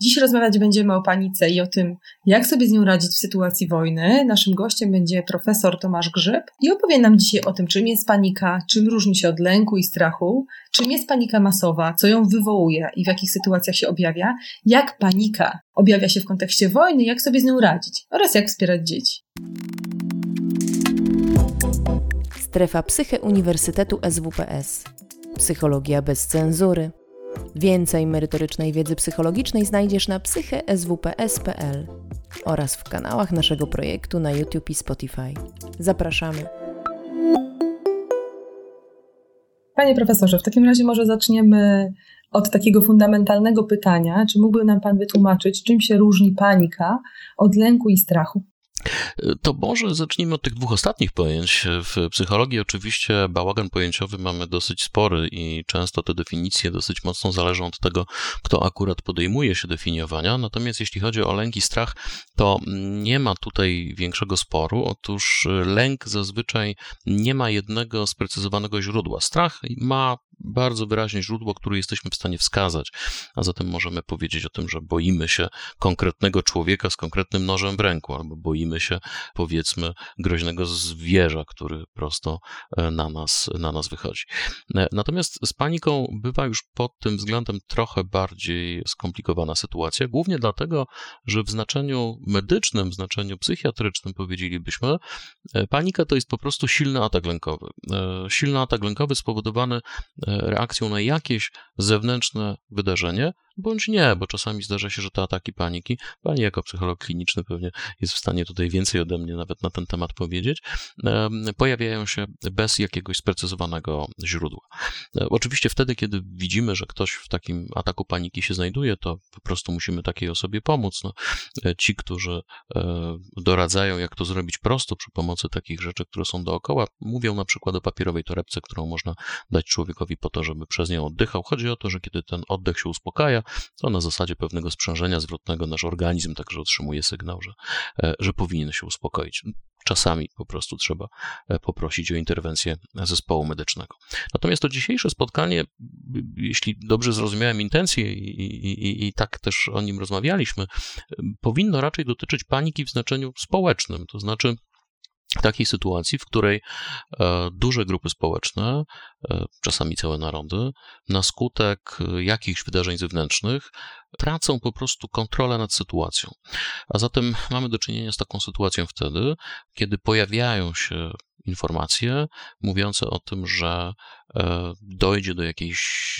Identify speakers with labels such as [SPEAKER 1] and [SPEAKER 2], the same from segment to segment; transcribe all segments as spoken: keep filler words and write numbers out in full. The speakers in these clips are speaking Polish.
[SPEAKER 1] Dziś rozmawiać będziemy o panice i o tym, jak sobie z nią radzić w sytuacji wojny. Naszym gościem będzie profesor Tomasz Grzyb i opowie nam dzisiaj o tym, czym jest panika, czym różni się od lęku i strachu, czym jest panika masowa, co ją wywołuje i w jakich sytuacjach się objawia, jak panika objawia się w kontekście wojny, jak sobie z nią radzić oraz jak wspierać dzieci.
[SPEAKER 2] Strefa Psyche Uniwersytetu S W P S. Psychologia bez cenzury. Więcej merytorycznej wiedzy psychologicznej znajdziesz na psyche s w p s kropka p l oraz w kanałach naszego projektu na YouTube i Spotify. Zapraszamy.
[SPEAKER 1] Panie profesorze, w takim razie może zaczniemy od takiego fundamentalnego pytania. Czy mógłby nam pan wytłumaczyć, czym się różni panika od lęku i strachu?
[SPEAKER 3] To może zacznijmy od tych dwóch ostatnich pojęć. W psychologii oczywiście bałagan pojęciowy mamy dosyć spory i często te definicje dosyć mocno zależą od tego, kto akurat podejmuje się definiowania. Natomiast jeśli chodzi o lęk i strach, to nie ma tutaj większego sporu. Otóż lęk zazwyczaj nie ma jednego sprecyzowanego źródła. Strach ma bardzo wyraźnie źródło, które jesteśmy w stanie wskazać, a zatem możemy powiedzieć o tym, że boimy się konkretnego człowieka z konkretnym nożem w ręku, albo boimy się, powiedzmy, groźnego zwierza, który prosto na nas, na nas wychodzi. Natomiast z paniką bywa już pod tym względem trochę bardziej skomplikowana sytuacja, głównie dlatego, że w znaczeniu medycznym, w znaczeniu psychiatrycznym powiedzielibyśmy, panika to jest po prostu silny atak lękowy. Silny atak lękowy spowodowany reakcją na jakieś zewnętrzne wydarzenie, bądź nie, bo czasami zdarza się, że te ataki paniki, pani jako psycholog kliniczny pewnie jest w stanie tutaj więcej ode mnie nawet na ten temat powiedzieć, pojawiają się bez jakiegoś sprecyzowanego źródła. Oczywiście wtedy, kiedy widzimy, że ktoś w takim ataku paniki się znajduje, to po prostu musimy takiej osobie pomóc. No, ci, którzy doradzają, jak to zrobić prosto przy pomocy takich rzeczy, które są dookoła, mówią na przykład o papierowej torebce, którą można dać człowiekowi po to, żeby przez nią oddychał. Chodzi o to, że kiedy ten oddech się uspokaja, to na zasadzie pewnego sprzężenia zwrotnego nasz organizm także otrzymuje sygnał, że, że powinien się uspokoić. Czasami po prostu trzeba poprosić o interwencję zespołu medycznego. Natomiast to dzisiejsze spotkanie, jeśli dobrze zrozumiałem intencje i, i, i, i tak też o nim rozmawialiśmy, powinno raczej dotyczyć paniki w znaczeniu społecznym, to znaczy takiej sytuacji, w której e, duże grupy społeczne, e, czasami całe narody, na skutek jakichś wydarzeń zewnętrznych tracą po prostu kontrolę nad sytuacją. A zatem mamy do czynienia z taką sytuacją wtedy, kiedy pojawiają się informacje mówiące o tym, że e, dojdzie do jakiejś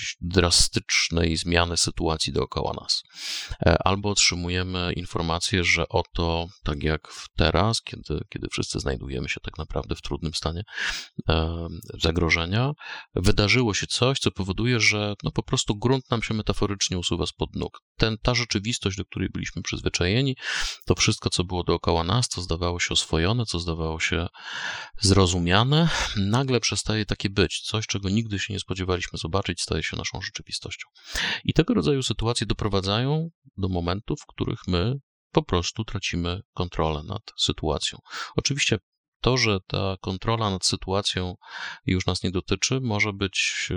[SPEAKER 3] drastycznej zmiany sytuacji dookoła nas. E, albo otrzymujemy informację, że oto, tak jak teraz, kiedy, kiedy wszyscy znajdujemy się tak naprawdę w trudnym stanie e, zagrożenia, wydarzyło się coś, co powoduje, że no, po prostu grunt nam się metaforycznie usuwa spod nóg. Ten, ta rzeczywistość, do której byliśmy przyzwyczajeni, to wszystko, co było dookoła nas, co zdawało się oswojone, co zdawało się zrozumiane, nagle przestaje takie być. Coś, czego nigdy się nie spodziewaliśmy zobaczyć, staje się naszą rzeczywistością. I tego rodzaju sytuacje doprowadzają do momentów, w których my po prostu tracimy kontrolę nad sytuacją. Oczywiście to, że ta kontrola nad sytuacją już nas nie dotyczy, może być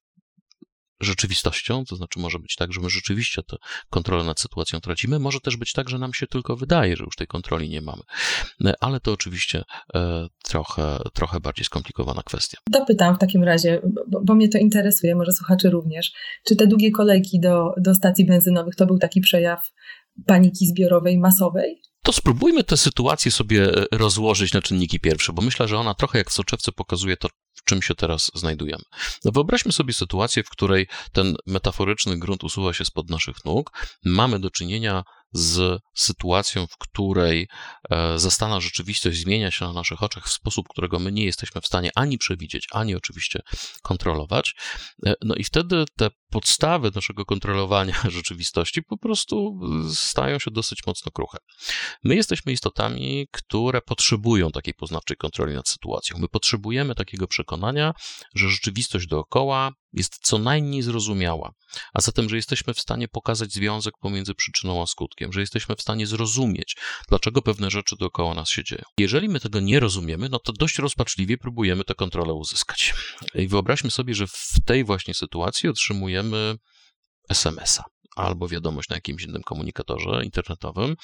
[SPEAKER 3] rzeczywistością, to znaczy może być tak, że my rzeczywiście tę kontrolę nad sytuacją tracimy, może też być tak, że nam się tylko wydaje, że już tej kontroli nie mamy, ale to oczywiście e, trochę, trochę bardziej skomplikowana kwestia.
[SPEAKER 1] Dopytam w takim razie, bo, bo mnie to interesuje, może słuchaczy również, czy te długie kolejki do, do stacji benzynowych to był taki przejaw paniki zbiorowej, masowej?
[SPEAKER 3] To spróbujmy tę sytuację sobie rozłożyć na czynniki pierwsze, bo myślę, że ona trochę jak w soczewce pokazuje to, w czym się teraz znajdujemy. No wyobraźmy sobie sytuację, w której ten metaforyczny grunt usuwa się spod naszych nóg. Mamy do czynienia z sytuacją, w której e, zastana rzeczywistość zmienia się na naszych oczach w sposób, którego my nie jesteśmy w stanie ani przewidzieć, ani oczywiście kontrolować. E, no i wtedy te podstawy naszego kontrolowania rzeczywistości po prostu stają się dosyć mocno kruche. My jesteśmy istotami, które potrzebują takiej poznawczej kontroli nad sytuacją. My potrzebujemy takiego przekonania, że rzeczywistość dookoła jest co najmniej zrozumiała, a zatem, że jesteśmy w stanie pokazać związek pomiędzy przyczyną a skutkiem, że jesteśmy w stanie zrozumieć, dlaczego pewne rzeczy dookoła nas się dzieją. Jeżeli my tego nie rozumiemy, no to dość rozpaczliwie próbujemy tę kontrolę uzyskać. I wyobraźmy sobie, że w tej właśnie sytuacji otrzymujemy es em es a. albo wiadomość na jakimś innym komunikatorze internetowym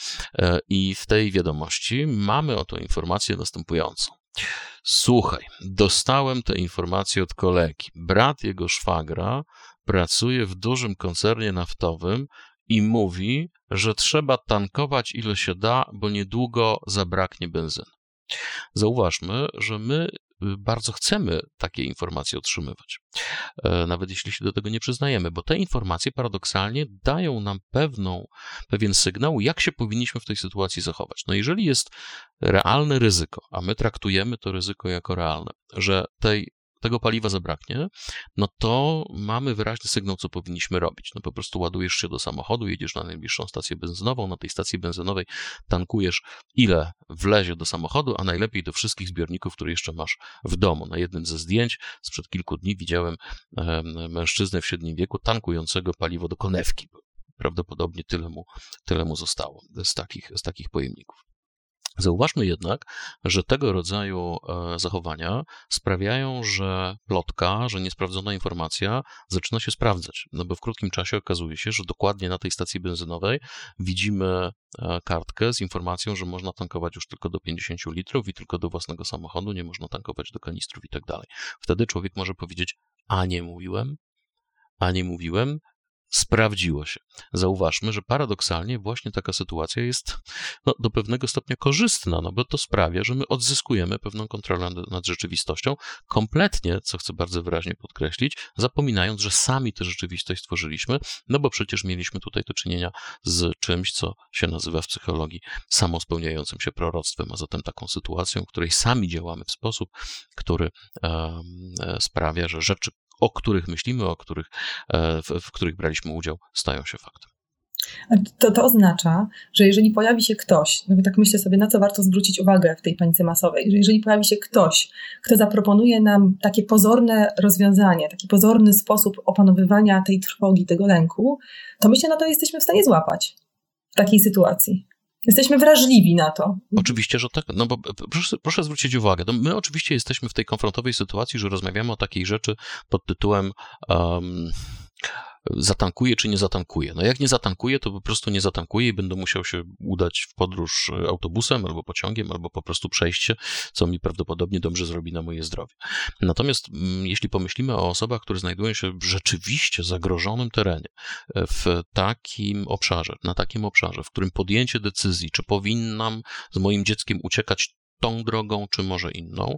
[SPEAKER 3] i w tej wiadomości mamy oto informację następującą. Słuchaj, dostałem tę informację od kolegi. Brat jego szwagra pracuje w dużym koncernie naftowym i mówi, że trzeba tankować ile się da, bo niedługo zabraknie benzyny. Zauważmy, że my bardzo chcemy takie informacje otrzymywać, nawet jeśli się do tego nie przyznajemy, bo te informacje paradoksalnie dają nam pewną, pewien sygnał, jak się powinniśmy w tej sytuacji zachować. No jeżeli jest realne ryzyko, a my traktujemy to ryzyko jako realne, że tej tego paliwa zabraknie, no to mamy wyraźny sygnał, co powinniśmy robić. No po prostu ładujesz się do samochodu, jedziesz na najbliższą stację benzynową, na tej stacji benzynowej tankujesz ile wlezie do samochodu, a najlepiej do wszystkich zbiorników, które jeszcze masz w domu. Na jednym ze zdjęć sprzed kilku dni widziałem e, mężczyznę w średnim wieku tankującego paliwo do konewki. Prawdopodobnie tyle mu, tyle mu zostało z takich, z takich pojemników. Zauważmy jednak, że tego rodzaju zachowania sprawiają, że plotka, że niesprawdzona informacja zaczyna się sprawdzać. No bo w krótkim czasie okazuje się, że dokładnie na tej stacji benzynowej widzimy kartkę z informacją, że można tankować już tylko do pięćdziesięciu litrów i tylko do własnego samochodu, nie można tankować do kanistrów i tak dalej. Wtedy człowiek może powiedzieć, a nie mówiłem, a nie mówiłem, sprawdziło się. Zauważmy, że paradoksalnie właśnie taka sytuacja jest no, do pewnego stopnia korzystna, no bo to sprawia, że my odzyskujemy pewną kontrolę nad, nad rzeczywistością, kompletnie, co chcę bardzo wyraźnie podkreślić, zapominając, że sami tę rzeczywistość stworzyliśmy, no bo przecież mieliśmy tutaj do czynienia z czymś, co się nazywa w psychologii samospełniającym się proroctwem, a zatem taką sytuacją, w której sami działamy w sposób, który um, sprawia, że rzeczy, o których myślimy, o których, w, w których braliśmy udział, stają się faktem.
[SPEAKER 1] To, to oznacza, że jeżeli pojawi się ktoś, no bo tak myślę sobie, na co warto zwrócić uwagę w tej panice masowej, że jeżeli pojawi się ktoś, kto zaproponuje nam takie pozorne rozwiązanie, taki pozorny sposób opanowywania tej trwogi, tego lęku, to myślę, na to jesteśmy w stanie złapać w takiej sytuacji. Jesteśmy wrażliwi na to.
[SPEAKER 3] Oczywiście, że tak. No bo proszę, proszę zwrócić uwagę, no my oczywiście jesteśmy w tej konfrontowej sytuacji, że rozmawiamy o takiej rzeczy pod tytułem um, zatankuję czy nie zatankuję. No jak nie zatankuję, to po prostu nie zatankuję i będę musiał się udać w podróż autobusem albo pociągiem, albo po prostu przejście, co mi prawdopodobnie dobrze zrobi na moje zdrowie. Natomiast jeśli pomyślimy o osobach, które znajdują się w rzeczywiście zagrożonym terenie, w takim obszarze, na takim obszarze, w którym podjęcie decyzji, czy powinnam z moim dzieckiem uciekać tą drogą, czy może inną,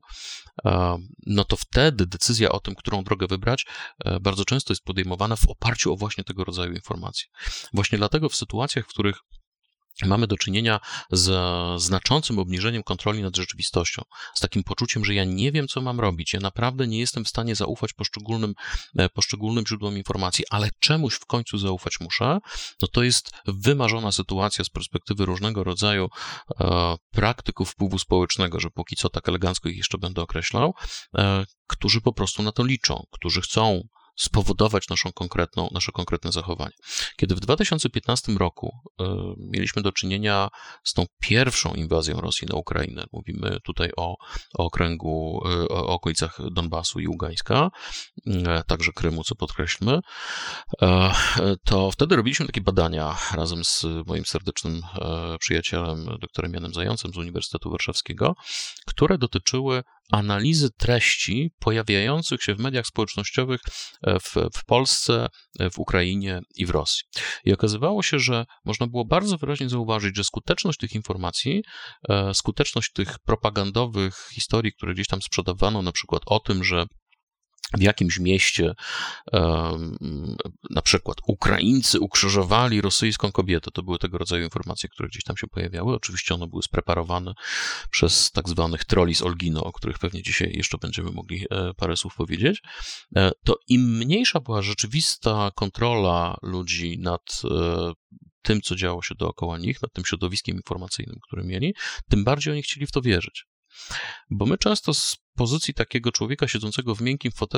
[SPEAKER 3] no to wtedy decyzja o tym, którą drogę wybrać, bardzo często jest podejmowana w oparciu o właśnie tego rodzaju informacje. Właśnie dlatego w sytuacjach, w których mamy do czynienia z znaczącym obniżeniem kontroli nad rzeczywistością, z takim poczuciem, że ja nie wiem, co mam robić, ja naprawdę nie jestem w stanie zaufać poszczególnym, poszczególnym źródłom informacji, ale czemuś w końcu zaufać muszę, no to jest wymarzona sytuacja z perspektywy różnego rodzaju e, praktyków wpływu społecznego, że póki co tak elegancko ich jeszcze będę określał, e, którzy po prostu na to liczą, którzy chcą spowodować naszą konkretną, nasze konkretne zachowanie. Kiedy w dwa tysiące piętnastym roku y, mieliśmy do czynienia z tą pierwszą inwazją Rosji na Ukrainę, mówimy tutaj o, o okręgu, y, o okolicach Donbasu i Ługańska, y, także Krymu, co podkreślmy, y, to wtedy robiliśmy takie badania razem z moim serdecznym y, przyjacielem, doktorem Janem Zającem z Uniwersytetu Warszawskiego, które dotyczyły analizy treści pojawiających się w mediach społecznościowych w, w Polsce, w Ukrainie i w Rosji. I okazywało się, że można było bardzo wyraźnie zauważyć, że skuteczność tych informacji, skuteczność tych propagandowych historii, które gdzieś tam sprzedawano, na przykład o tym, że w jakimś mieście na przykład Ukraińcy ukrzyżowali rosyjską kobietę. To były tego rodzaju informacje, które gdzieś tam się pojawiały. Oczywiście one były spreparowane przez tak zwanych trolli z Olgino, o których pewnie dzisiaj jeszcze będziemy mogli parę słów powiedzieć. To im mniejsza była rzeczywista kontrola ludzi nad tym, co działo się dookoła nich, nad tym środowiskiem informacyjnym, które mieli, tym bardziej oni chcieli w to wierzyć. Bo my często z pozycji takiego człowieka siedzącego w miękkim fotelu w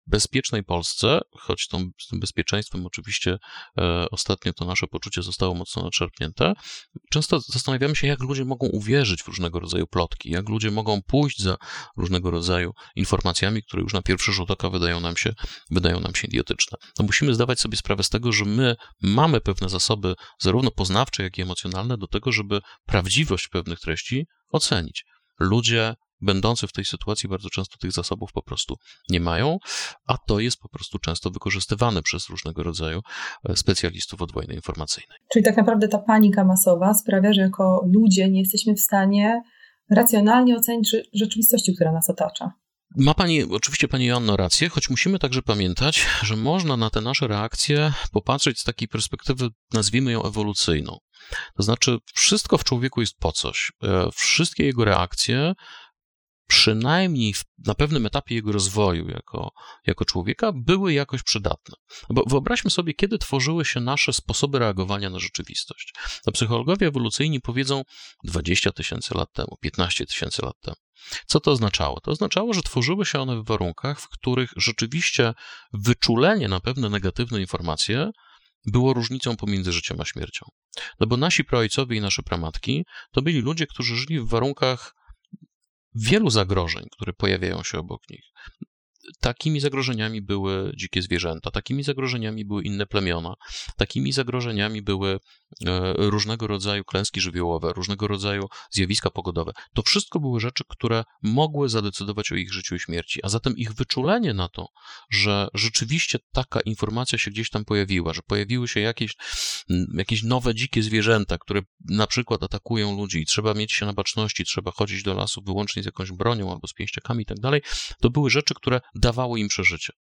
[SPEAKER 3] bezpiecznej Polsce, choć tą, z tym bezpieczeństwem oczywiście e, ostatnio to nasze poczucie zostało mocno nadszarpnięte, często zastanawiamy się, jak ludzie mogą uwierzyć w różnego rodzaju plotki, jak ludzie mogą pójść za różnego rodzaju informacjami, które już na pierwszy rzut oka wydają nam się, wydają nam się idiotyczne. No musimy zdawać sobie sprawę z tego, że my mamy pewne zasoby, zarówno poznawcze, jak i emocjonalne, do tego, żeby prawdziwość pewnych treści ocenić. Ludzie będący w tej sytuacji bardzo często tych zasobów po prostu nie mają, a to jest po prostu często wykorzystywane przez różnego rodzaju specjalistów od wojny informacyjnej.
[SPEAKER 1] Czyli tak naprawdę ta panika masowa sprawia, że jako ludzie nie jesteśmy w stanie racjonalnie ocenić rzeczywistości, która nas otacza.
[SPEAKER 3] Ma pani, oczywiście pani Joanno rację, choć musimy także pamiętać, że można na te nasze reakcje popatrzeć z takiej perspektywy, nazwijmy ją ewolucyjną. To znaczy wszystko w człowieku jest po coś. Wszystkie jego reakcje, przynajmniej w, na pewnym etapie jego rozwoju jako, jako człowieka, były jakoś przydatne. Bo wyobraźmy sobie, kiedy tworzyły się nasze sposoby reagowania na rzeczywistość. To psychologowie ewolucyjni powiedzą dwadzieścia tysięcy lat temu, piętnaście tysięcy lat temu. Co to oznaczało? To oznaczało, że tworzyły się one w warunkach, w których rzeczywiście wyczulenie na pewne negatywne informacje było różnicą pomiędzy życiem a śmiercią. No bo nasi praojcowie i nasze pramatki to byli ludzie, którzy żyli w warunkach wielu zagrożeń, które pojawiają się obok nich. Takimi zagrożeniami były dzikie zwierzęta, takimi zagrożeniami były inne plemiona, takimi zagrożeniami były różnego rodzaju klęski żywiołowe, różnego rodzaju zjawiska pogodowe. To wszystko były rzeczy, które mogły zadecydować o ich życiu i śmierci, a zatem ich wyczulenie na to, że rzeczywiście taka informacja się gdzieś tam pojawiła, że pojawiły się jakieś, jakieś nowe dzikie zwierzęta, które na przykład atakują ludzi i trzeba mieć się na baczności, trzeba chodzić do lasu wyłącznie z jakąś bronią albo z pięściakami i tak dalej, to były rzeczy, które dawało im przeżycie.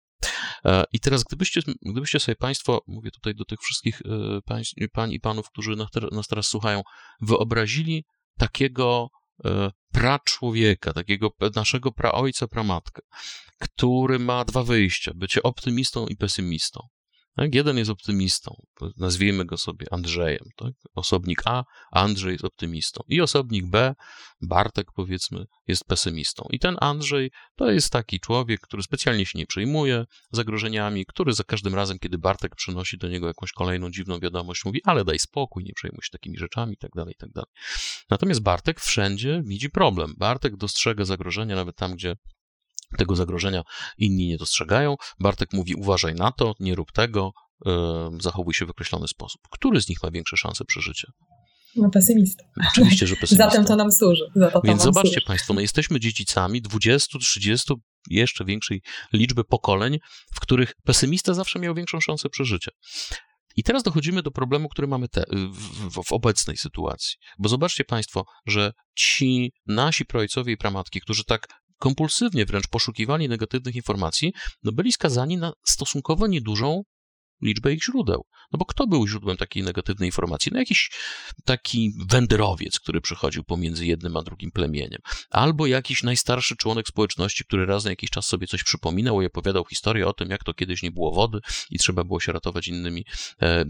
[SPEAKER 3] I teraz, gdybyście, gdybyście sobie Państwo, mówię tutaj do tych wszystkich pań, pań i panów, którzy nas teraz słuchają, wyobrazili takiego praczłowieka, takiego naszego praojca, pramatkę, który ma dwa wyjścia, bycie optymistą i pesymistą. Tak? Jeden jest optymistą, nazwijmy go sobie Andrzejem. Tak? Osobnik A, Andrzej jest optymistą. I osobnik B, Bartek powiedzmy, jest pesymistą. I ten Andrzej to jest taki człowiek, który specjalnie się nie przejmuje zagrożeniami, który za każdym razem, kiedy Bartek przynosi do niego jakąś kolejną dziwną wiadomość, mówi, ale daj spokój, nie przejmuj się takimi rzeczami i tak dalej, i tak dalej. Natomiast Bartek wszędzie widzi problem. Bartek dostrzega zagrożenia nawet tam, gdzie tego zagrożenia inni nie dostrzegają. Bartek mówi, uważaj na to, nie rób tego, yy, zachowuj się w określony sposób. Który z nich ma większe szanse przeżycia?
[SPEAKER 1] No pesymista.
[SPEAKER 3] Oczywiście, że pesymista.
[SPEAKER 1] Zatem to nam służy. Za to
[SPEAKER 3] Więc
[SPEAKER 1] nam
[SPEAKER 3] zobaczcie
[SPEAKER 1] służy.
[SPEAKER 3] Państwo, no jesteśmy dziedzicami dwudziestu, trzydziestu, jeszcze większej liczby pokoleń, w których pesymista zawsze miał większą szansę przeżycia. I teraz dochodzimy do problemu, który mamy te, w, w, w obecnej sytuacji. Bo zobaczcie Państwo, że ci nasi praojcowie i pramatki, którzy tak kompulsywnie wręcz poszukiwali negatywnych informacji, no byli skazani na stosunkowo niedużą liczbę ich źródeł. No bo kto był źródłem takiej negatywnej informacji? No jakiś taki wędrowiec, który przychodził pomiędzy jednym a drugim plemieniem. Albo jakiś najstarszy członek społeczności, który raz na jakiś czas sobie coś przypominał i opowiadał historię o tym, jak to kiedyś nie było wody i trzeba było się ratować innymi, e, e,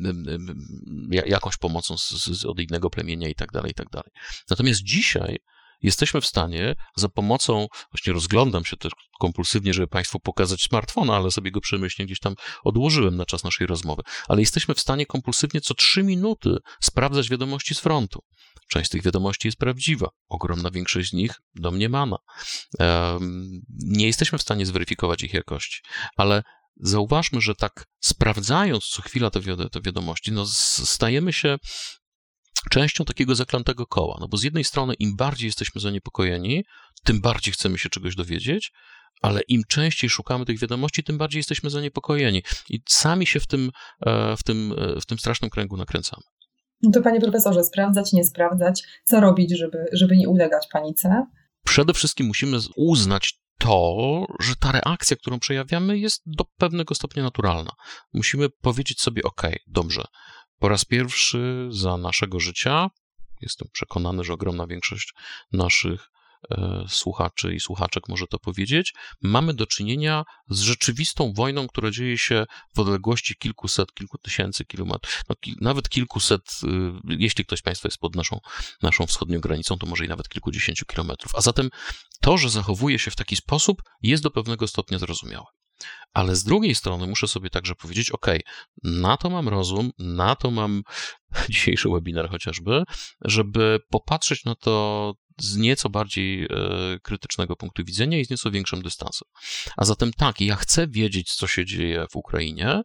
[SPEAKER 3] e, jakąś pomocą z, z, od innego plemienia i tak dalej, i tak dalej. Natomiast dzisiaj jesteśmy w stanie za pomocą, właśnie rozglądam się też kompulsywnie, żeby Państwu pokazać smartfona, ale sobie go przemyślnie gdzieś tam odłożyłem na czas naszej rozmowy, ale jesteśmy w stanie kompulsywnie co trzy minuty sprawdzać wiadomości z frontu. Część z tych wiadomości jest prawdziwa, ogromna większość z nich domniemana. Um, nie jesteśmy w stanie zweryfikować ich jakości, ale zauważmy, że tak sprawdzając co chwila te, wi- te wiadomości, no stajemy się częścią takiego zaklętego koła, no bo z jednej strony im bardziej jesteśmy zaniepokojeni, tym bardziej chcemy się czegoś dowiedzieć, ale im częściej szukamy tych wiadomości, tym bardziej jesteśmy zaniepokojeni i sami się w tym, w tym, w tym strasznym kręgu nakręcamy.
[SPEAKER 1] No to panie profesorze, sprawdzać, nie sprawdzać, co robić, żeby, żeby nie ulegać panice?
[SPEAKER 3] Przede wszystkim musimy uznać to, że ta reakcja, którą przejawiamy, jest do pewnego stopnia naturalna. Musimy powiedzieć sobie, ok, dobrze, po raz pierwszy za naszego życia, jestem przekonany, że ogromna większość naszych e, słuchaczy i słuchaczek może to powiedzieć, mamy do czynienia z rzeczywistą wojną, która dzieje się w odległości kilkuset, kilku tysięcy kilometrów, no, ki, nawet kilkuset, y, jeśli ktoś z Państwa jest pod naszą, naszą wschodnią granicą, to może i nawet kilkudziesięciu kilometrów. A zatem to, że zachowuje się w taki sposób, jest do pewnego stopnia zrozumiałe. Ale z drugiej strony muszę sobie także powiedzieć, ok, na to mam rozum, na to mam dzisiejszy webinar chociażby, żeby popatrzeć na to z nieco bardziej e, krytycznego punktu widzenia i z nieco większym dystansem. A zatem tak, ja chcę wiedzieć, co się dzieje w Ukrainie,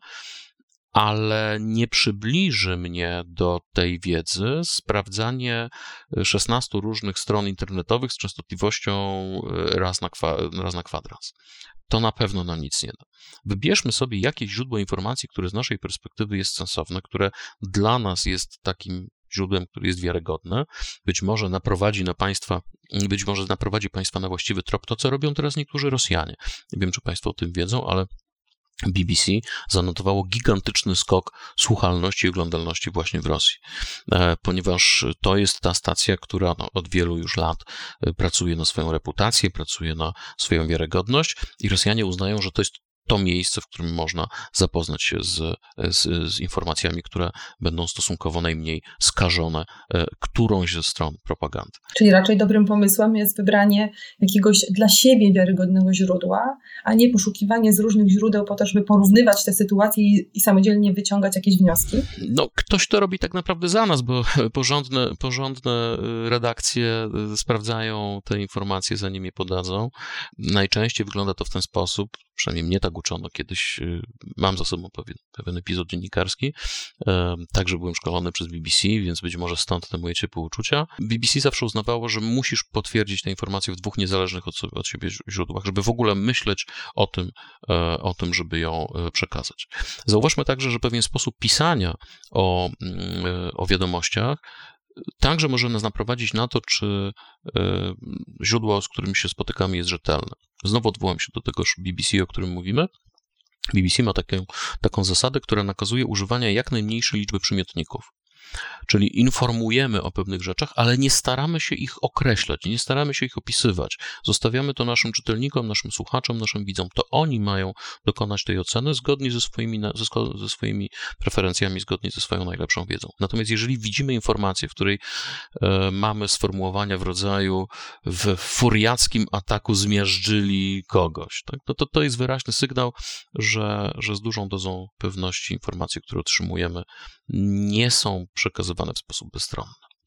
[SPEAKER 3] ale nie przybliży mnie do tej wiedzy sprawdzanie szesnastu różnych stron internetowych z częstotliwością raz na, kwa- raz na kwadrans. To na pewno nam nic nie da. Wybierzmy sobie jakieś źródło informacji, które z naszej perspektywy jest sensowne, które dla nas jest takim źródłem, który jest wiarygodne, być może naprowadzi na państwa, być może naprowadzi państwa na właściwy trop, to co robią teraz niektórzy Rosjanie. Nie wiem, czy państwo o tym wiedzą, ale B B C zanotowało gigantyczny skok słuchalności i oglądalności właśnie w Rosji, ponieważ to jest ta stacja, która no, od wielu już lat pracuje na swoją reputację, pracuje na swoją wiarygodność i Rosjanie uznają, że to jest to miejsce, w którym można zapoznać się z, z, z informacjami, które będą stosunkowo najmniej skażone którąś ze stron propagandy.
[SPEAKER 1] Czyli raczej dobrym pomysłem jest wybranie jakiegoś dla siebie wiarygodnego źródła, a nie poszukiwanie z różnych źródeł po to, żeby porównywać te sytuacje i, i samodzielnie wyciągać jakieś wnioski?
[SPEAKER 3] No, ktoś to robi tak naprawdę za nas, bo porządne, porządne redakcje sprawdzają te informacje, zanim je podadzą. Najczęściej wygląda to w ten sposób, przynajmniej mnie tak uczono kiedyś, mam za sobą pewien, pewien epizod dziennikarski, także byłem szkolony przez B B C, więc być może stąd te moje ciepłe uczucia. B B C zawsze uznawało, że musisz potwierdzić te informacje w dwóch niezależnych od, od siebie źródłach, żeby w ogóle myśleć o tym, o tym, żeby ją przekazać. Zauważmy także, że pewien sposób pisania o, o wiadomościach także może nas naprowadzić na to, czy źródło, z którym się spotykamy, jest rzetelne. Znowu odwołam się do tegoż B B C, o którym mówimy. B B C ma taką, taką zasadę, która nakazuje używanie jak najmniejszej liczby przymiotników. Czyli informujemy o pewnych rzeczach, ale nie staramy się ich określać, nie staramy się ich opisywać. Zostawiamy to naszym czytelnikom, naszym słuchaczom, naszym widzom. To oni mają dokonać tej oceny zgodnie ze swoimi, ze, ze swoimi preferencjami, zgodnie ze swoją najlepszą wiedzą. Natomiast jeżeli widzimy informację, w której e, mamy sformułowania w rodzaju w furiackim ataku zmiażdżyli kogoś, tak? to, to, to jest wyraźny sygnał, że, że z dużą dozą pewności informacje, które otrzymujemy, nie są przekazywane w sposób bezstronny.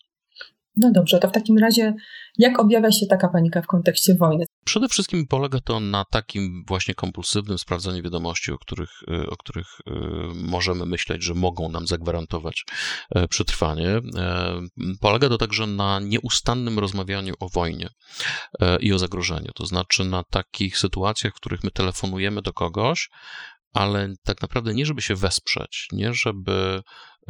[SPEAKER 1] No dobrze, to w takim razie jak objawia się taka panika w kontekście wojny?
[SPEAKER 3] Przede wszystkim polega to na takim właśnie kompulsywnym sprawdzaniu wiadomości, o których, o których możemy myśleć, że mogą nam zagwarantować przetrwanie. Polega to także na nieustannym rozmawianiu o wojnie i o zagrożeniu. To znaczy na takich sytuacjach, w których my telefonujemy do kogoś, ale tak naprawdę nie żeby się wesprzeć, nie żeby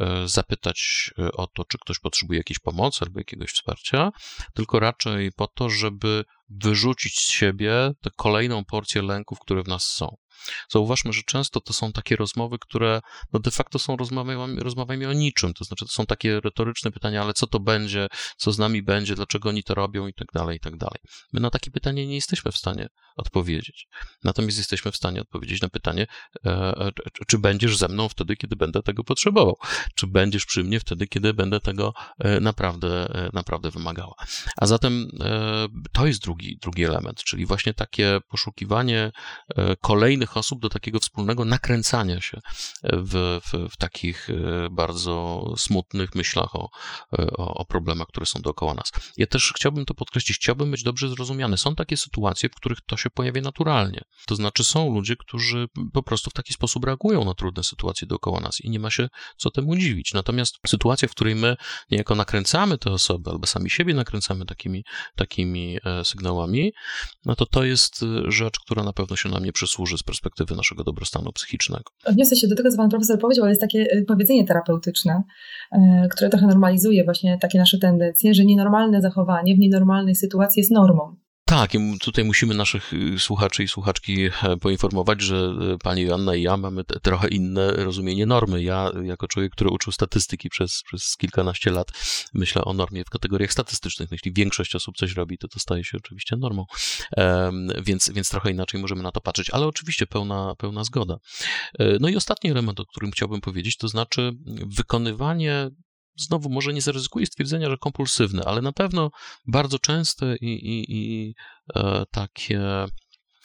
[SPEAKER 3] zapytać o to, czy ktoś potrzebuje jakiejś pomocy albo jakiegoś wsparcia, tylko raczej po to, żeby wyrzucić z siebie tę kolejną porcję lęków, które w nas są. Zauważmy, że często to są takie rozmowy, które no de facto są rozmowami, rozmowami o niczym, to znaczy to są takie retoryczne pytania, ale co to będzie, co z nami będzie, dlaczego oni to robią i tak dalej, i tak dalej. My na takie pytanie nie jesteśmy w stanie odpowiedzieć. Natomiast jesteśmy w stanie odpowiedzieć na pytanie, e, czy będziesz ze mną wtedy, kiedy będę tego potrzebował, czy będziesz przy mnie wtedy, kiedy będę tego e, naprawdę, e, naprawdę wymagała. A zatem e, to jest drugi, drugi element, czyli właśnie takie poszukiwanie e, kolejnych osób do takiego wspólnego nakręcania się w, w, w takich bardzo smutnych myślach o, o, o problemach, które są dookoła nas. Ja też chciałbym to podkreślić, chciałbym być dobrze zrozumiany. Są takie sytuacje, w których to się pojawia naturalnie. To znaczy są ludzie, którzy po prostu w taki sposób reagują na trudne sytuacje dookoła nas i nie ma się co temu dziwić. Natomiast sytuacja, w której my niejako nakręcamy te osoby albo sami siebie nakręcamy takimi, takimi sygnałami, no to to jest rzecz, która na pewno się nam nie przysłuży z perspektywy naszego dobrostanu psychicznego.
[SPEAKER 1] Odniosę się do tego, co pan profesor powiedział, ale jest takie powiedzenie terapeutyczne, które trochę normalizuje właśnie takie nasze tendencje, że nienormalne zachowanie w nienormalnej sytuacji jest normą.
[SPEAKER 3] Tak, i tutaj musimy naszych słuchaczy i słuchaczki poinformować, że pani Joanna i ja mamy trochę inne rozumienie normy. Ja, jako człowiek, który uczył statystyki przez, przez kilkanaście lat, myślę o normie w kategoriach statystycznych. Jeśli większość osób coś robi, to to staje się oczywiście normą. Um, więc, więc trochę inaczej możemy na to patrzeć, ale oczywiście pełna, pełna zgoda. No i ostatni element, o którym chciałbym powiedzieć, to znaczy wykonywanie, znowu może nie zaryzykuję stwierdzenia, że kompulsywne, ale na pewno bardzo częste i, i, i e, takie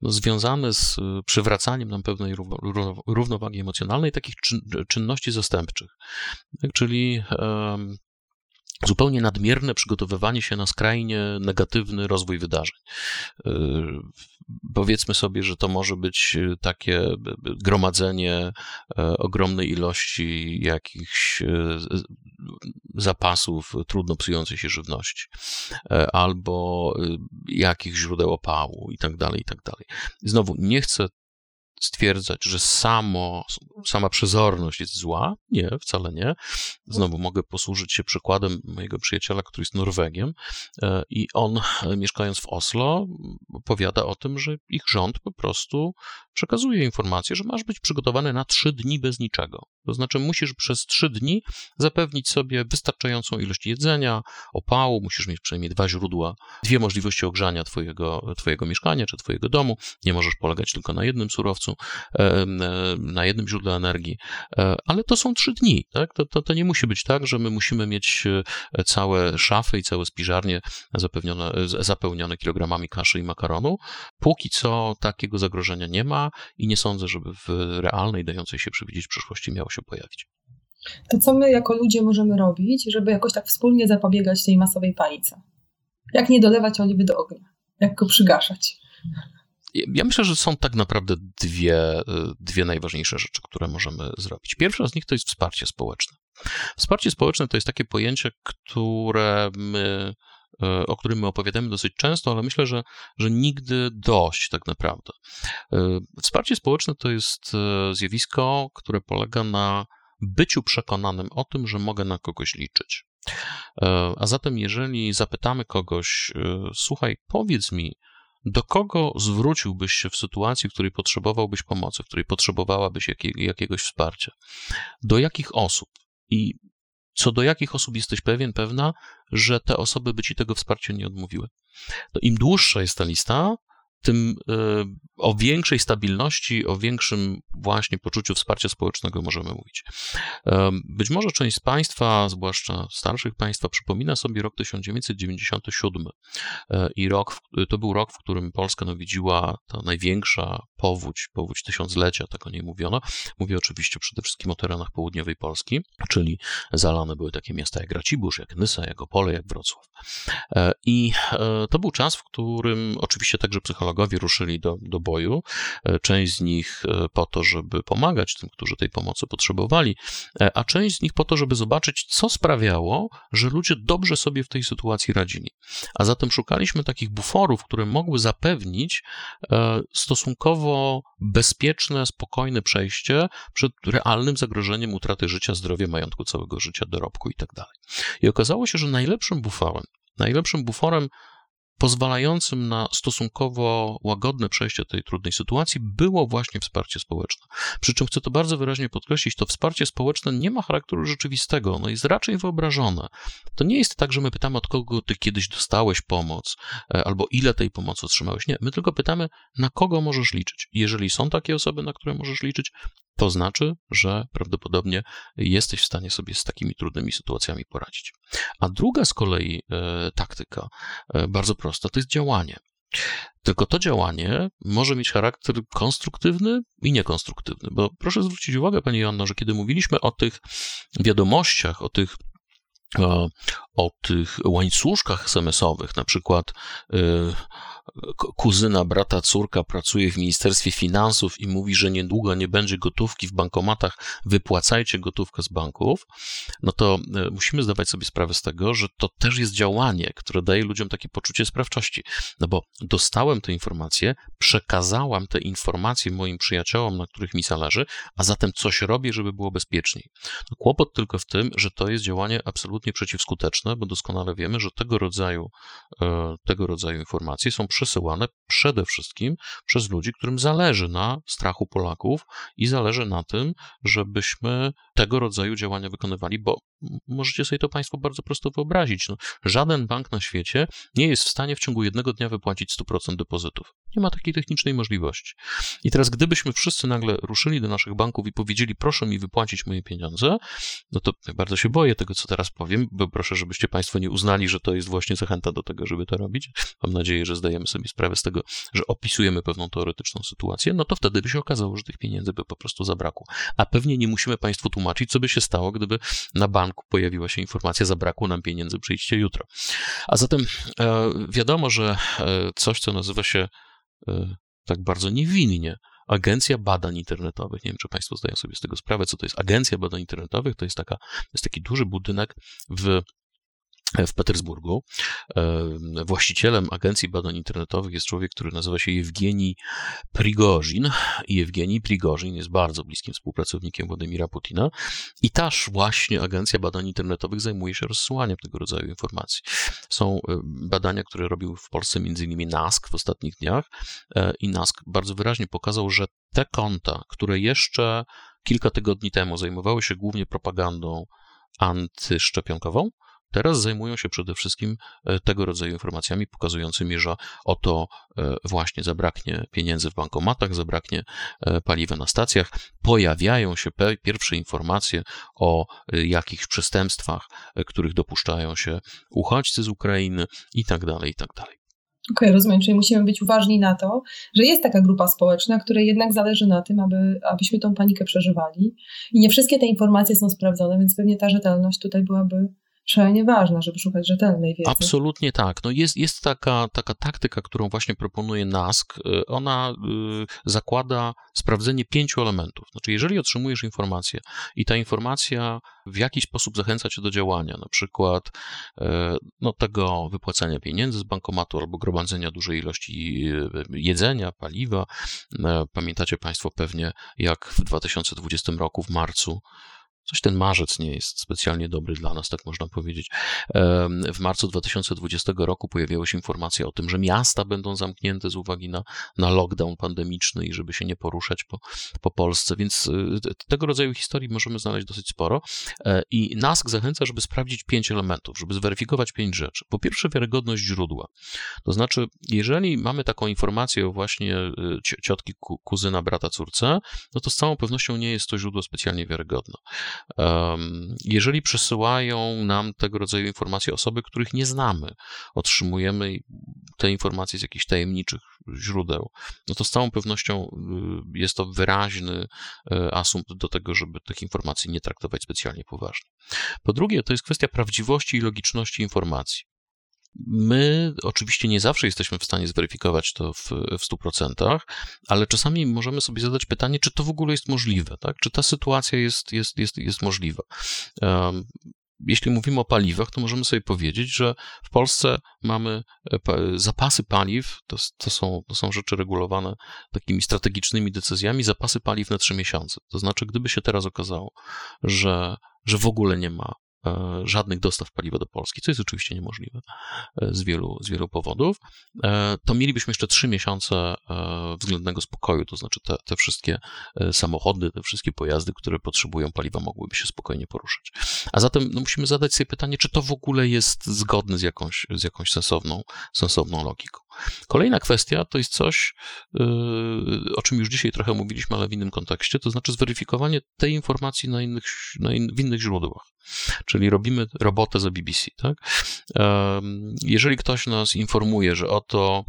[SPEAKER 3] no, związany z przywracaniem nam pewnej równowagi emocjonalnej, takich czynności zastępczych. Czyli um, zupełnie nadmierne przygotowywanie się na skrajnie negatywny rozwój wydarzeń. Powiedzmy sobie, że to może być takie gromadzenie ogromnej ilości jakichś zapasów trudno psującej się żywności, albo jakichś źródeł opału i tak dalej, i tak dalej. Znowu, nie chcę stwierdzać, że samo, sama przezorność jest zła. Nie, wcale nie. Znowu mogę posłużyć się przykładem mojego przyjaciela, który jest Norwegiem i on, mieszkając w Oslo, opowiada o tym, że ich rząd po prostu przekazuje informację, że masz być przygotowany na trzy dni bez niczego. To znaczy musisz przez trzy dni zapewnić sobie wystarczającą ilość jedzenia, opału, musisz mieć przynajmniej dwa źródła, dwie możliwości ogrzania twojego, twojego mieszkania czy twojego domu. Nie możesz polegać tylko na jednym surowcu, na jednym źródle energii, ale to są trzy dni. Tak? To, to, to nie musi być tak, że my musimy mieć całe szafy i całe spiżarnie zapewnione, zapełnione kilogramami kaszy i makaronu. Póki co takiego zagrożenia nie ma i nie sądzę, żeby w realnej, dającej się przewidzieć przyszłości miało się pojawić.
[SPEAKER 1] To co my jako ludzie możemy robić, żeby jakoś tak wspólnie zapobiegać tej masowej panice? Jak nie dolewać oliwy do ognia? Jak go przygaszać?
[SPEAKER 3] Ja myślę, że są tak naprawdę dwie, dwie najważniejsze rzeczy, które możemy zrobić. Pierwsza z nich to jest wsparcie społeczne. Wsparcie społeczne to jest takie pojęcie, które my, o którym my opowiadamy dosyć często, ale myślę, że, że nigdy dość tak naprawdę. Wsparcie społeczne to jest zjawisko, które polega na byciu przekonanym o tym, że mogę na kogoś liczyć. A zatem jeżeli zapytamy kogoś, słuchaj, powiedz mi, do kogo zwróciłbyś się w sytuacji, w której potrzebowałbyś pomocy, w której potrzebowałabyś jakiej, jakiegoś wsparcia? Do jakich osób? I co do jakich osób jesteś pewien, pewna, że te osoby by ci tego wsparcia nie odmówiły? To im dłuższa jest ta lista, tym y, o większej stabilności, o większym właśnie poczuciu wsparcia społecznego możemy mówić. Y, być może część z Państwa, zwłaszcza starszych Państwa, przypomina sobie rok tysiąc dziewięćset dziewięćdziesiąty siódmy y, i rok, to był rok, w którym Polska nawiedziła ta największa powódź, powódź tysiąclecia, tak o niej mówiono. Mówię oczywiście przede wszystkim o terenach południowej Polski, czyli zalane były takie miasta jak Racibórz, jak Nysa, jak Opole, jak Wrocław. Y, I y, to był czas, w którym oczywiście także psychologowie ruszyli do, do boju. Część z nich po to, żeby pomagać tym, którzy tej pomocy potrzebowali, a część z nich po to, żeby zobaczyć, co sprawiało, że ludzie dobrze sobie w tej sytuacji radzili. A zatem szukaliśmy takich buforów, które mogły zapewnić stosunkowo bezpieczne, spokojne przejście przed realnym zagrożeniem utraty życia, zdrowia, majątku, całego życia, dorobku i tak dalej. I okazało się, że najlepszym buforem, najlepszym buforem pozwalającym na stosunkowo łagodne przejście tej trudnej sytuacji było właśnie wsparcie społeczne. Przy czym chcę to bardzo wyraźnie podkreślić, to wsparcie społeczne nie ma charakteru rzeczywistego, ono jest raczej wyobrażone. To nie jest tak, że my pytamy, od kogo ty kiedyś dostałeś pomoc, albo ile tej pomocy otrzymałeś. Nie, my tylko pytamy, na kogo możesz liczyć. Jeżeli są takie osoby, na które możesz liczyć, to znaczy, że prawdopodobnie jesteś w stanie sobie z takimi trudnymi sytuacjami poradzić. A druga z kolei e, taktyka, e, bardzo prosta, to jest działanie. Tylko to działanie może mieć charakter konstruktywny i niekonstruktywny, bo proszę zwrócić uwagę, Pani Joanno, że kiedy mówiliśmy o tych wiadomościach, o tych o, o tych łańcuszkach es em esowych, na przykład y, kuzyna, brata, córka pracuje w Ministerstwie Finansów i mówi, że niedługo nie będzie gotówki w bankomatach, wypłacajcie gotówkę z banków, no to y, musimy zdawać sobie sprawę z tego, że to też jest działanie, które daje ludziom takie poczucie sprawczości, no bo dostałem te informacje, przekazałam te informacje moim przyjaciołom, na których mi zależy, a zatem coś robię, żeby było bezpieczniej. No, kłopot tylko w tym, że to jest działanie absolutnie przeciwskuteczne, bo doskonale wiemy, że tego rodzaju, tego rodzaju informacje są przesyłane przede wszystkim przez ludzi, którym zależy na strachu Polaków i zależy na tym, żebyśmy tego rodzaju działania wykonywali, bo możecie sobie to Państwo bardzo prosto wyobrazić. No, żaden bank na świecie nie jest w stanie w ciągu jednego dnia wypłacić sto procent depozytów. Nie ma takiej technicznej możliwości. I teraz gdybyśmy wszyscy nagle ruszyli do naszych banków i powiedzieli, proszę mi wypłacić moje pieniądze, no to bardzo się boję tego, co teraz powiem, bo proszę, żebyście Państwo nie uznali, że to jest właśnie zachęta do tego, żeby to robić. Mam nadzieję, że zdajemy sobie sprawę z tego, że opisujemy pewną teoretyczną sytuację, no to wtedy by się okazało, że tych pieniędzy by po prostu zabrakło. A pewnie nie musimy Państwu tłumaczyć, co by się stało, gdyby na banku pojawiła się informacja, zabrakło nam pieniędzy, przyjdźcie jutro. A zatem e, wiadomo, że e, coś, co nazywa się e, tak bardzo niewinnie Agencja Badań Internetowych. Nie wiem, czy Państwo zdają sobie z tego sprawę, co to jest Agencja Badań Internetowych. To jest, taka, to jest taki duży budynek w w Petersburgu. Właścicielem Agencji Badań Internetowych jest człowiek, który nazywa się Jewgenij Prigorzin. I Jewgenij Prigorzin jest bardzo bliskim współpracownikiem Władimira Putina. I taż właśnie Agencja Badań Internetowych zajmuje się rozsyłaniem tego rodzaju informacji. Są badania, które robił w Polsce między innymi NASK w ostatnich dniach i NASK bardzo wyraźnie pokazał, że te konta, które jeszcze kilka tygodni temu zajmowały się głównie propagandą antyszczepionkową, teraz zajmują się przede wszystkim tego rodzaju informacjami pokazującymi, że oto właśnie zabraknie pieniędzy w bankomatach, zabraknie paliwa na stacjach. Pojawiają się pierwsze informacje o jakichś przestępstwach, których dopuszczają się uchodźcy z Ukrainy i tak dalej, i tak dalej.
[SPEAKER 1] Okej, okay, rozumiem, czyli musimy być uważni na to, że jest taka grupa społeczna, której jednak zależy na tym, aby, abyśmy tą panikę przeżywali i nie wszystkie te informacje są sprawdzone, więc pewnie ta rzetelność tutaj byłaby szalenie ważna, żeby szukać rzetelnej wiedzy.
[SPEAKER 3] Absolutnie tak. No jest, jest taka, taka taktyka, którą właśnie proponuje NASK. Ona y, zakłada sprawdzenie pięciu elementów. Znaczy, jeżeli otrzymujesz informację i ta informacja w jakiś sposób zachęca cię do działania, na przykład y, no, tego wypłacania pieniędzy z bankomatu albo gromadzenia dużej ilości jedzenia, paliwa. Y, pamiętacie Państwo pewnie, jak w dwa tysiące dwudziestym roku w marcu Coś ten marzec nie jest specjalnie dobry dla nas, tak można powiedzieć. W marcu dwa tysiące dwudziestego roku pojawiały się informacje o tym, że miasta będą zamknięte z uwagi na, na lockdown pandemiczny i żeby się nie poruszać po, po Polsce, więc tego rodzaju historii możemy znaleźć dosyć sporo. I NASK zachęca, żeby sprawdzić pięć elementów, żeby zweryfikować pięć rzeczy. Po pierwsze, wiarygodność źródła. To znaczy, jeżeli mamy taką informację o właśnie ciotki, kuzyna, brata, córce, no to z całą pewnością nie jest to źródło specjalnie wiarygodne. Jeżeli przesyłają nam tego rodzaju informacje osoby, których nie znamy, otrzymujemy te informacje z jakichś tajemniczych źródeł, no to z całą pewnością jest to wyraźny asumpt do tego, żeby tych informacji nie traktować specjalnie poważnie. Po drugie, to jest kwestia prawdziwości i logiczności informacji. My oczywiście nie zawsze jesteśmy w stanie zweryfikować to w, w stu procentach, ale czasami możemy sobie zadać pytanie, czy to w ogóle jest możliwe, tak? Czy ta sytuacja jest, jest, jest, jest możliwa. Um, Jeśli mówimy o paliwach, to możemy sobie powiedzieć, że w Polsce mamy zapasy paliw, to, to, są, to są rzeczy regulowane takimi strategicznymi decyzjami, zapasy paliw na trzy miesiące. To znaczy, gdyby się teraz okazało, że, że w ogóle nie ma żadnych dostaw paliwa do Polski, co jest oczywiście niemożliwe z wielu, z wielu powodów, to mielibyśmy jeszcze trzy miesiące względnego spokoju, to znaczy te, te wszystkie samochody, te wszystkie pojazdy, które potrzebują paliwa, mogłyby się spokojnie poruszać. A zatem no, musimy zadać sobie pytanie, czy to w ogóle jest zgodne z jakąś, z jakąś sensowną, sensowną logiką. Kolejna kwestia to jest coś, o czym już dzisiaj trochę mówiliśmy, ale w innym kontekście, to znaczy zweryfikowanie tej informacji na innych, na in, w innych źródłach. Czyli robimy robotę za B B C, tak? Jeżeli ktoś nas informuje, że oto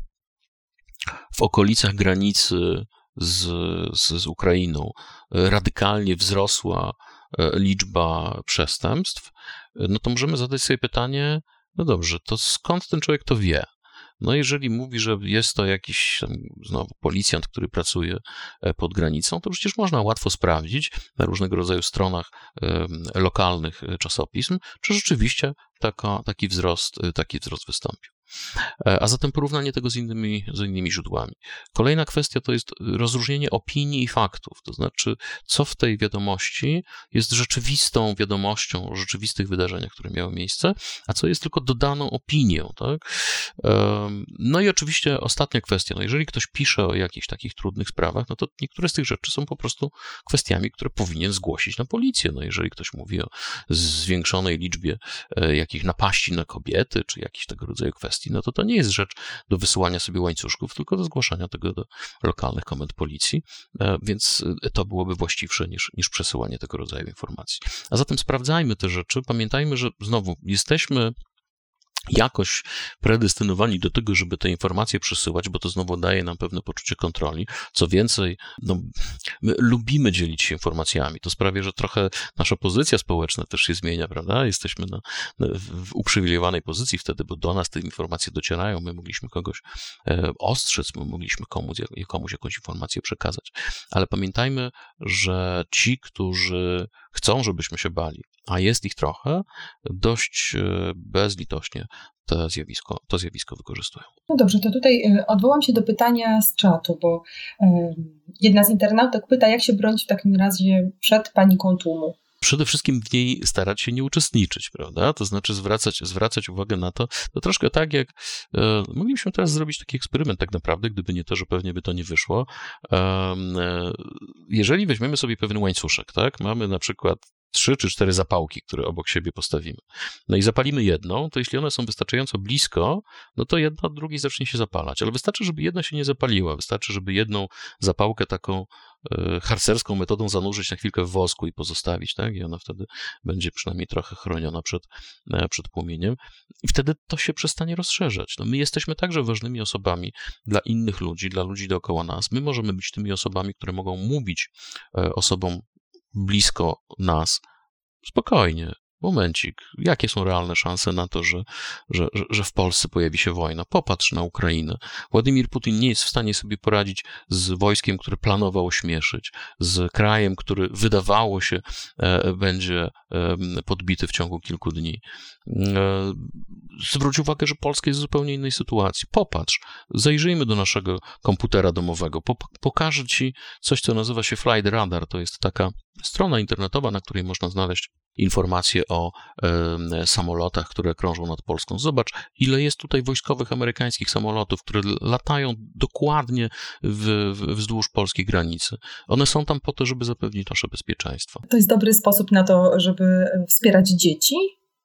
[SPEAKER 3] w okolicach granicy z, z, z Ukrainą radykalnie wzrosła liczba przestępstw, no to możemy zadać sobie pytanie, no dobrze, to skąd ten człowiek to wie? No jeżeli mówi, że jest to jakiś tam, znowu policjant, który pracuje pod granicą, to przecież można łatwo sprawdzić na różnego rodzaju stronach e, lokalnych czasopism, czy rzeczywiście taka, taki wzrost, taki wzrost wystąpił. A zatem porównanie tego z innymi, z innymi źródłami. Kolejna kwestia to jest rozróżnienie opinii i faktów, to znaczy co w tej wiadomości jest rzeczywistą wiadomością o rzeczywistych wydarzeniach, które miały miejsce, a co jest tylko dodaną opinią. Tak? No i oczywiście ostatnia kwestia, no jeżeli ktoś pisze o jakichś takich trudnych sprawach, no to niektóre z tych rzeczy są po prostu kwestiami, które powinien zgłosić na policję. No jeżeli ktoś mówi o zwiększonej liczbie jakichś napaści na kobiety, czy jakichś tego rodzaju kwestii, no to to nie jest rzecz do wysyłania sobie łańcuszków, tylko do zgłaszania tego do lokalnych komend policji, więc to byłoby właściwsze niż, niż przesyłanie tego rodzaju informacji. A zatem sprawdzajmy te rzeczy, pamiętajmy, że znowu jesteśmy jakoś predestynowani do tego, żeby te informacje przesyłać, bo to znowu daje nam pewne poczucie kontroli. Co więcej, no, my lubimy dzielić się informacjami. To sprawia, że trochę nasza pozycja społeczna też się zmienia, prawda? Jesteśmy na, na, w uprzywilejowanej pozycji wtedy, bo do nas te informacje docierają. My mogliśmy kogoś e, ostrzec, my mogliśmy komuś, komuś jakąś informację przekazać. Ale pamiętajmy, że ci, którzy chcą, żebyśmy się bali, a jest ich trochę, dość bezlitośnie to zjawisko, to zjawisko wykorzystują.
[SPEAKER 1] No dobrze, to tutaj odwołam się do pytania z czatu, bo jedna z internautek pyta, jak się bronić w takim razie przed paniką tłumu.
[SPEAKER 3] Przede wszystkim w niej starać się nie uczestniczyć, prawda? To znaczy zwracać, zwracać uwagę na to, to troszkę tak jak, e, moglibyśmy teraz zrobić taki eksperyment tak naprawdę, gdyby nie to, że pewnie by to nie wyszło. E, e, jeżeli weźmiemy sobie pewien łańcuszek, tak? Mamy na przykład trzy czy cztery zapałki, które obok siebie postawimy. No i zapalimy jedną, to jeśli one są wystarczająco blisko, no to jedna od drugiej zacznie się zapalać. Ale wystarczy, żeby jedna się nie zapaliła. Wystarczy, żeby jedną zapałkę taką e, harcerską metodą zanurzyć na chwilkę w wosku i pozostawić, tak? I ona wtedy będzie przynajmniej trochę chroniona przed, e, przed płomieniem. I wtedy to się przestanie rozszerzać. No my jesteśmy także ważnymi osobami dla innych ludzi, dla ludzi dookoła nas. My możemy być tymi osobami, które mogą mówić e, osobom blisko nas, spokojnie, momencik, jakie są realne szanse na to, że, że, że w Polsce pojawi się wojna? Popatrz na Ukrainę. Władimir Putin nie jest w stanie sobie poradzić z wojskiem, które planował ośmieszyć, z krajem, który wydawało się e, będzie e, podbity w ciągu kilku dni. E, zwróć uwagę, że Polska jest w zupełnie innej sytuacji. Popatrz, zajrzyjmy do naszego komputera domowego. Po, pokażę ci coś, co nazywa się Flight Radar. To jest taka strona internetowa, na której można znaleźć informacje o e, samolotach, które krążą nad Polską. Zobacz, ile jest tutaj wojskowych amerykańskich samolotów, które latają dokładnie w, w, wzdłuż polskiej granicy. One są tam po to, żeby zapewnić nasze bezpieczeństwo.
[SPEAKER 1] To jest dobry sposób na to, żeby wspierać dzieci?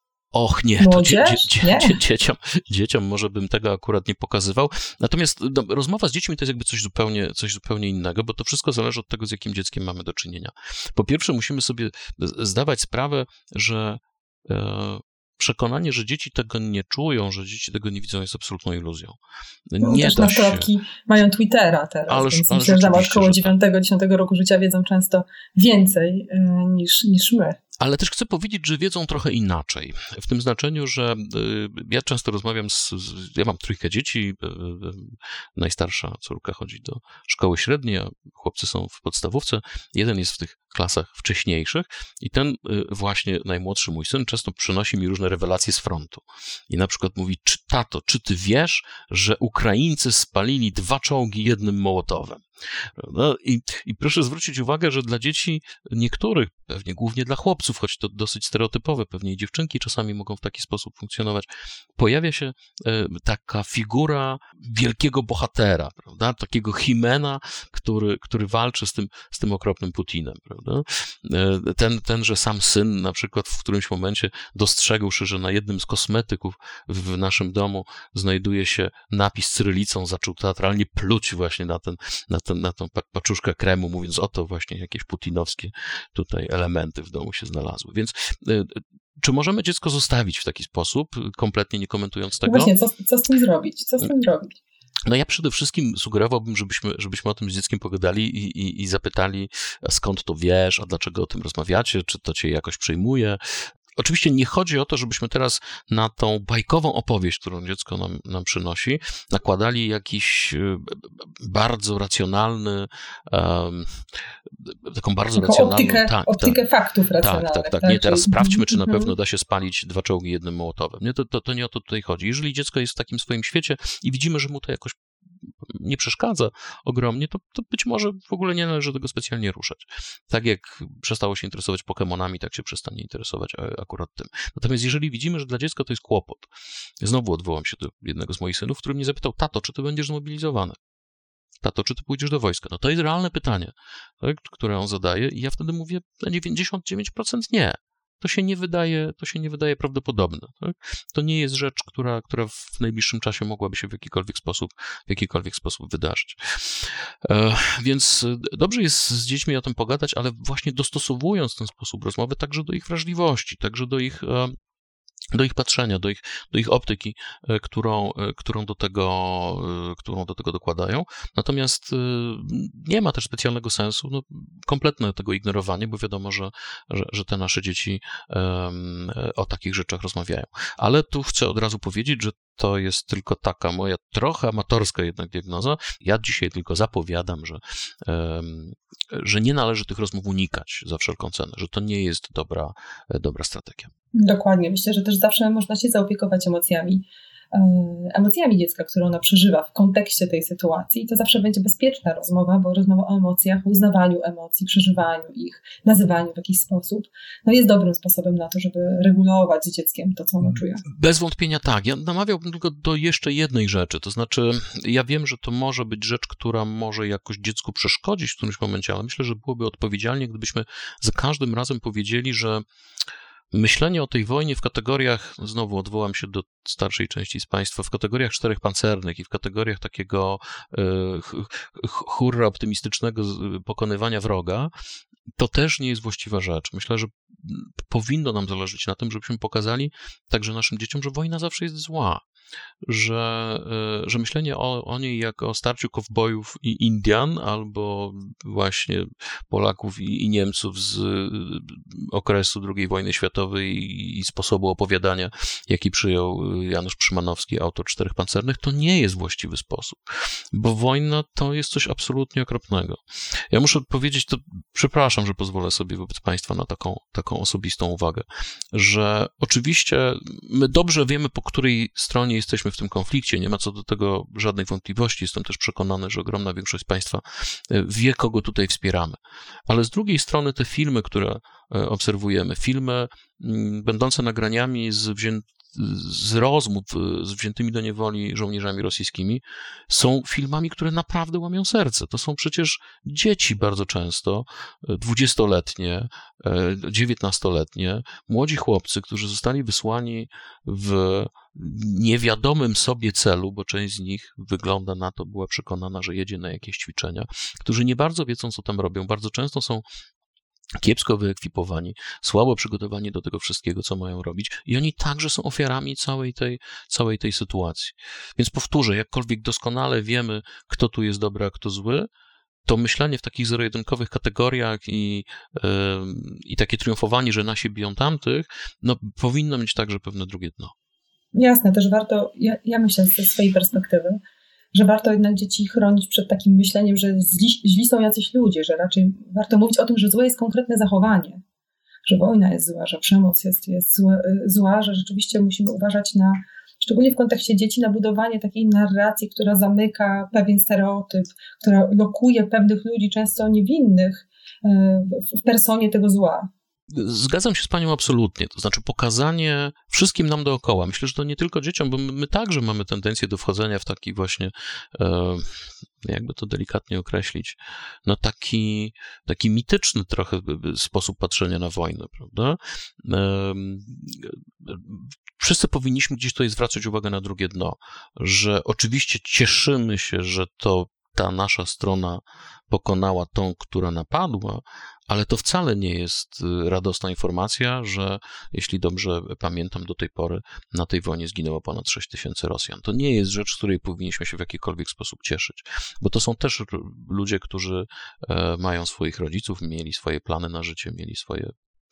[SPEAKER 3] Och nie, to dzie, dzie, dzie, nie. Dzie, dzieciom, dzieciom może bym tego akurat nie pokazywał. Natomiast no, rozmowa z dziećmi to jest jakby coś zupełnie, coś zupełnie innego, bo to wszystko zależy od tego, z jakim dzieckiem mamy do czynienia. Po pierwsze musimy sobie zdawać sprawę, że e, przekonanie, że dzieci tego nie czują, że dzieci tego nie widzą, jest absolutną iluzją.
[SPEAKER 1] No,
[SPEAKER 3] nie
[SPEAKER 1] też
[SPEAKER 3] da
[SPEAKER 1] nastolatki
[SPEAKER 3] się.
[SPEAKER 1] Mają Twittera teraz,
[SPEAKER 3] Ależ,
[SPEAKER 1] więc
[SPEAKER 3] ależ
[SPEAKER 1] myślę, że nawet około
[SPEAKER 3] że
[SPEAKER 1] dziewiątego dziesiątego roku życia wiedzą często więcej y, niż, niż my.
[SPEAKER 3] Ale też chcę powiedzieć, że wiedzą trochę inaczej. W tym znaczeniu, że y, ja często rozmawiam z, z... Ja mam trójkę dzieci, y, y, najstarsza córka chodzi do szkoły średniej, a chłopcy są w podstawówce. Jeden jest w tych klasach wcześniejszych i ten y, właśnie najmłodszy mój syn często przynosi mi różne rewelacje z frontu. I na przykład mówi, czy tato, czy ty wiesz, że Ukraińcy spalili dwa czołgi jednym mołotowem? No i, I proszę zwrócić uwagę, że dla dzieci niektórych, pewnie głównie dla chłopców, choć to dosyć stereotypowe, pewnie i dziewczynki czasami mogą w taki sposób funkcjonować, pojawia się e, taka figura wielkiego bohatera, prawda? Takiego Himena, który, który walczy z tym, z tym okropnym Putinem, prawda? E, ten, tenże sam syn na przykład w którymś momencie dostrzegłszy, że na jednym z kosmetyków w naszym domu znajduje się napis cyrylicą, zaczął teatralnie pluć właśnie na ten, na ten na tą paczuszkę kremu, mówiąc o to właśnie jakieś putinowskie tutaj elementy w domu się znalazły. Więc y, czy możemy dziecko zostawić w taki sposób, kompletnie nie komentując tego?
[SPEAKER 1] No właśnie, co, co z tym zrobić? Co z tym zrobić?
[SPEAKER 3] No ja przede wszystkim sugerowałbym, żebyśmy, żebyśmy o tym z dzieckiem pogadali i, i, i zapytali, skąd to wiesz, a dlaczego o tym rozmawiacie, czy to cię jakoś przejmuje. Oczywiście nie chodzi o to, żebyśmy teraz na tą bajkową opowieść, którą dziecko nam, nam przynosi, nakładali jakiś bardzo racjonalny, um, taką bardzo
[SPEAKER 1] Taką
[SPEAKER 3] racjonalną...
[SPEAKER 1] Optykę,
[SPEAKER 3] tak,
[SPEAKER 1] optykę
[SPEAKER 3] tak,
[SPEAKER 1] faktów racjonalnych.
[SPEAKER 3] Tak, tak, tak. Nie, teraz
[SPEAKER 1] Czyli...
[SPEAKER 3] sprawdźmy, czy na
[SPEAKER 1] mhm.
[SPEAKER 3] pewno da się spalić dwa czołgi jednym mołotowem. Nie, to, to, to nie o to tutaj chodzi. Jeżeli dziecko jest w takim swoim świecie i widzimy, że mu to jakoś nie przeszkadza ogromnie, to, to być może w ogóle nie należy tego specjalnie ruszać. Tak jak przestało się interesować Pokemonami, tak się przestanie interesować akurat tym. Natomiast jeżeli widzimy, że dla dziecka to jest kłopot, znowu odwołam się do jednego z moich synów, który mnie zapytał: tato, czy ty będziesz zmobilizowany? Tato, czy ty pójdziesz do wojska? No to jest realne pytanie, tak, które on zadaje i ja wtedy mówię na dziewięćdziesiąt dziewięć procent nie. To się nie wydaje, to się nie wydaje prawdopodobne. Tak? To nie jest rzecz, która, która w najbliższym czasie mogłaby się w jakikolwiek sposób, w jakikolwiek sposób wydarzyć. E, więc dobrze jest z dziećmi o tym pogadać, ale właśnie dostosowując ten sposób rozmowy także do ich wrażliwości, także do ich e, do ich patrzenia, do ich, do ich optyki, którą, którą, do tego, którą do tego dokładają. Natomiast nie ma też specjalnego sensu, no, kompletne tego ignorowanie, bo wiadomo, że, że, że te nasze dzieci um, o takich rzeczach rozmawiają. Ale tu chcę od razu powiedzieć, że to jest tylko taka moja trochę amatorska jednak diagnoza. Ja dzisiaj tylko zapowiadam, że, um, że nie należy tych rozmów unikać za wszelką cenę, że to nie jest dobra, dobra strategia.
[SPEAKER 1] Dokładnie. Myślę, że też zawsze można się zaopiekować emocjami. emocjami dziecka, które ono przeżywa w kontekście tej sytuacji. To zawsze będzie bezpieczna rozmowa, bo rozmowa o emocjach, uznawaniu emocji, przeżywaniu ich, nazywaniu w jakiś sposób, no jest dobrym sposobem na to, żeby regulować z dzieckiem to, co ono czuje.
[SPEAKER 3] Bez wątpienia tak. Ja namawiałbym tylko do jeszcze jednej rzeczy, to znaczy ja wiem, że to może być rzecz, która może jakoś dziecku przeszkodzić w którymś momencie, ale myślę, że byłoby odpowiedzialnie, gdybyśmy za każdym razem powiedzieli, że myślenie o tej wojnie w kategoriach, znowu odwołam się do starszej części z Państwa, w kategoriach czterech pancernych i w kategoriach takiego e, hurra optymistycznego pokonywania wroga, to też nie jest właściwa rzecz. Myślę, że powinno nam zależeć na tym, żebyśmy pokazali także naszym dzieciom, że wojna zawsze jest zła. Że, że myślenie o, o niej jak o starciu kowbojów i Indian, albo właśnie Polaków i, i Niemców z okresu drugiej wojny światowej i, i sposobu opowiadania, jaki przyjął Janusz Przymanowski, autor Czterech Pancernych, to nie jest właściwy sposób, bo wojna to jest coś absolutnie okropnego. Ja muszę powiedzieć, to przepraszam, że pozwolę sobie wobec Państwa na taką, taką osobistą uwagę, że oczywiście my dobrze wiemy, po której stronie jesteśmy w tym konflikcie, nie ma co do tego żadnych wątpliwości, jestem też przekonany, że ogromna większość z Państwa wie, kogo tutaj wspieramy. Ale z drugiej strony te filmy, które obserwujemy, filmy będące nagraniami z, wzię... z rozmów z wziętymi do niewoli żołnierzami rosyjskimi, są filmami, które naprawdę łamią serce. To są przecież dzieci bardzo często, dwudziestoletnie, dziewiętnastoletnie, młodzi chłopcy, którzy zostali wysłani w niewiadomym sobie celu, bo część z nich wygląda na to, była przekonana, że jedzie na jakieś ćwiczenia, którzy nie bardzo wiedzą, co tam robią. Bardzo często są kiepsko wyekwipowani, słabo przygotowani do tego wszystkiego, co mają robić i oni także są ofiarami całej tej, całej tej sytuacji. Więc powtórzę, jakkolwiek doskonale wiemy, kto tu jest dobry, a kto zły, to myślenie w takich zero-jedynkowych kategoriach i, yy, i takie triumfowanie, że nasi biją tamtych, no powinno mieć także pewne drugie dno.
[SPEAKER 1] Jasne, też warto, ja, ja myślę ze swojej perspektywy, że warto jednak dzieci chronić przed takim myśleniem, że źli, źli są jacyś ludzie, że raczej warto mówić o tym, że złe jest konkretne zachowanie, że wojna jest zła, że przemoc jest, jest zła, zła, że rzeczywiście musimy uważać na, szczególnie w kontekście dzieci, na budowanie takiej narracji, która zamyka pewien stereotyp, która lokuje pewnych ludzi, często niewinnych, w personie tego zła.
[SPEAKER 3] Zgadzam się z Panią absolutnie, to znaczy pokazanie wszystkim nam dookoła. Myślę, że to nie tylko dzieciom, bo my, my także mamy tendencję do wchodzenia w taki właśnie, e, jakby to delikatnie określić, no taki, taki mityczny trochę sposób patrzenia na wojnę, prawda? E, wszyscy powinniśmy gdzieś tutaj zwracać uwagę na drugie dno, że oczywiście cieszymy się, że to ta nasza strona pokonała tą, która napadła, ale to wcale nie jest radosna informacja, że jeśli dobrze pamiętam, do tej pory na tej wojnie zginęło ponad sześć tysięcy Rosjan. To nie jest rzecz, z której powinniśmy się w jakikolwiek sposób cieszyć, bo to są też ludzie, którzy mają swoich rodziców, mieli swoje plany na życie, mieli swoje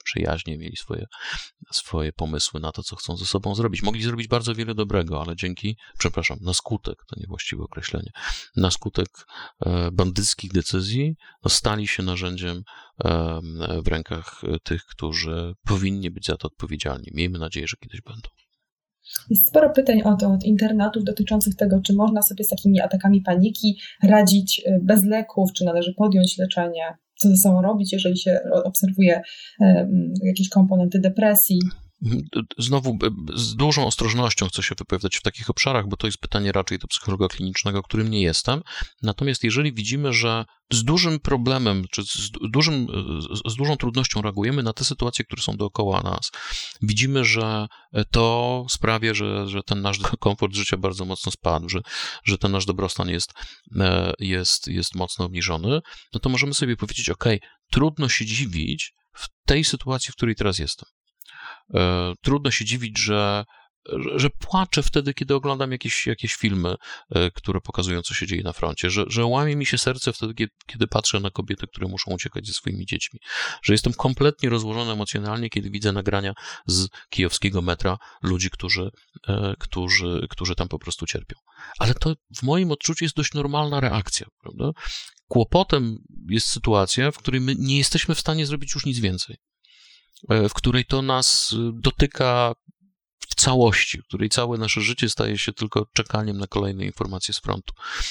[SPEAKER 3] przyjaźnie, mieli swoje, swoje pomysły na to, co chcą ze sobą zrobić. Mogli zrobić bardzo wiele dobrego, ale dzięki, przepraszam, na skutek, to niewłaściwe określenie, na skutek bandyckich decyzji no, stali się narzędziem w rękach tych, którzy powinni być za to odpowiedzialni. Miejmy nadzieję, że kiedyś będą.
[SPEAKER 1] Jest sporo pytań od, od internautów dotyczących tego, czy można sobie z takimi atakami paniki radzić bez leków, czy należy podjąć leczenie, co ze sobą robić, jeżeli się obserwuje um, jakieś komponenty depresji.
[SPEAKER 3] Znowu z dużą ostrożnością chcę się wypowiadać w takich obszarach, bo to jest pytanie raczej do psychologa klinicznego, którym nie jestem. Natomiast jeżeli widzimy, że z dużym problemem, czy z, dużym, z dużą trudnością reagujemy na te sytuacje, które są dookoła nas, widzimy, że to sprawia, że, że ten nasz komfort życia bardzo mocno spadł, że, że ten nasz dobrostan jest, jest, jest mocno obniżony, no to możemy sobie powiedzieć, ok, trudno się dziwić w tej sytuacji, w której teraz jestem. Trudno się dziwić, że, że, że płaczę wtedy, kiedy oglądam jakieś, jakieś filmy, które pokazują, co się dzieje na froncie, że, że łamie mi się serce wtedy, kiedy, kiedy patrzę na kobiety, które muszą uciekać ze swoimi dziećmi, że jestem kompletnie rozłożony emocjonalnie, kiedy widzę nagrania z kijowskiego metra ludzi, którzy, którzy, którzy tam po prostu cierpią. Ale to w moim odczuciu jest dość normalna reakcja, prawda? Kłopotem jest sytuacja, w której my nie jesteśmy w stanie zrobić już nic więcej, w której to nas dotyka w całości, w której całe nasze życie staje się tylko czekaniem na kolejne informacje z frontu.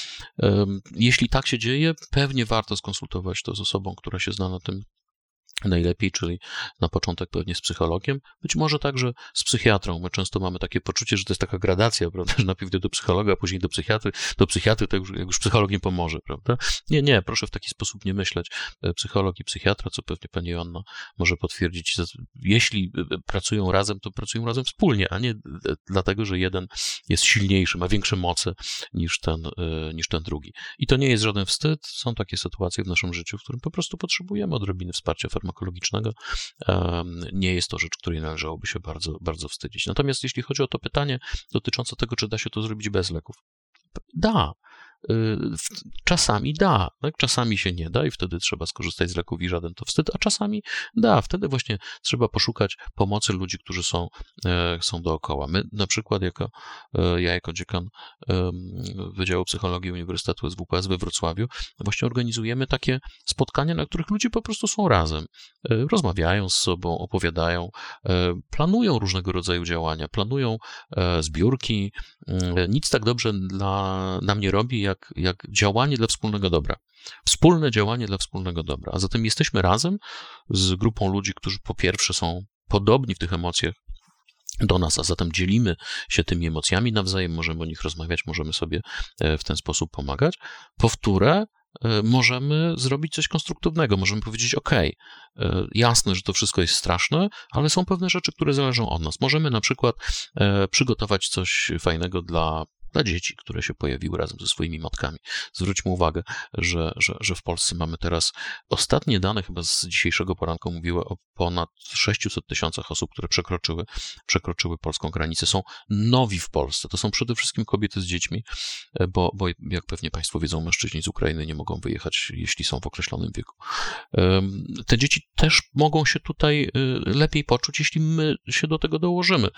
[SPEAKER 3] Jeśli tak się dzieje, pewnie warto skonsultować to z osobą, która się zna na tym najlepiej, czyli na początek pewnie z psychologiem, być może także z psychiatrą. My często mamy takie poczucie, że to jest taka gradacja, prawda, że najpierw idę do psychologa, a później do psychiatry, do psychiatry to już, jak już psycholog nie pomoże, prawda? Nie, nie, proszę w taki sposób nie myśleć. Psycholog i psychiatra, co pewnie pani Joanna może potwierdzić, jeśli pracują razem, to pracują razem wspólnie, a nie dlatego, że jeden jest silniejszy, ma większe moce niż ten, niż ten drugi. I to nie jest żaden wstyd, są takie sytuacje w naszym życiu, w którym po prostu potrzebujemy odrobiny wsparcia farmakologicznego. Nie jest to rzecz, której należałoby się bardzo, bardzo wstydzić. Natomiast jeśli chodzi o to pytanie dotyczące tego, czy da się to zrobić bez leków, da. Czasami da, tak? Czasami się nie da i wtedy trzeba skorzystać z leków i żaden to wstyd, a czasami da, wtedy właśnie trzeba poszukać pomocy ludzi, którzy są, są dookoła. My na przykład jako, ja jako dziekan Wydziału Psychologii Uniwersytetu S W P S we Wrocławiu właśnie organizujemy takie spotkania, na których ludzie po prostu są razem, rozmawiają z sobą, opowiadają, planują różnego rodzaju działania, planują zbiórki. Nic tak dobrze dla, nam nie robi, jak Jak, jak działanie dla wspólnego dobra. Wspólne działanie dla wspólnego dobra. A zatem jesteśmy razem z grupą ludzi, którzy po pierwsze są podobni w tych emocjach do nas, a zatem dzielimy się tymi emocjami nawzajem, możemy o nich rozmawiać, możemy sobie w ten sposób pomagać. Po wtóre, możemy zrobić coś konstruktywnego, możemy powiedzieć, ok, jasne, że to wszystko jest straszne, ale są pewne rzeczy, które zależą od nas. Możemy na przykład przygotować coś fajnego dla dla dzieci, które się pojawiły razem ze swoimi matkami. Zwróćmy uwagę, że, że, że w Polsce mamy teraz ostatnie dane, chyba z dzisiejszego poranka mówiły o ponad sześciuset tysiącach osób, które przekroczyły, przekroczyły polską granicę. Są nowi w Polsce. To są przede wszystkim kobiety z dziećmi, bo, bo jak pewnie Państwo wiedzą, mężczyźni z Ukrainy nie mogą wyjechać, jeśli są w określonym wieku. Te dzieci też mogą się tutaj lepiej poczuć, jeśli my się do tego dołożymy.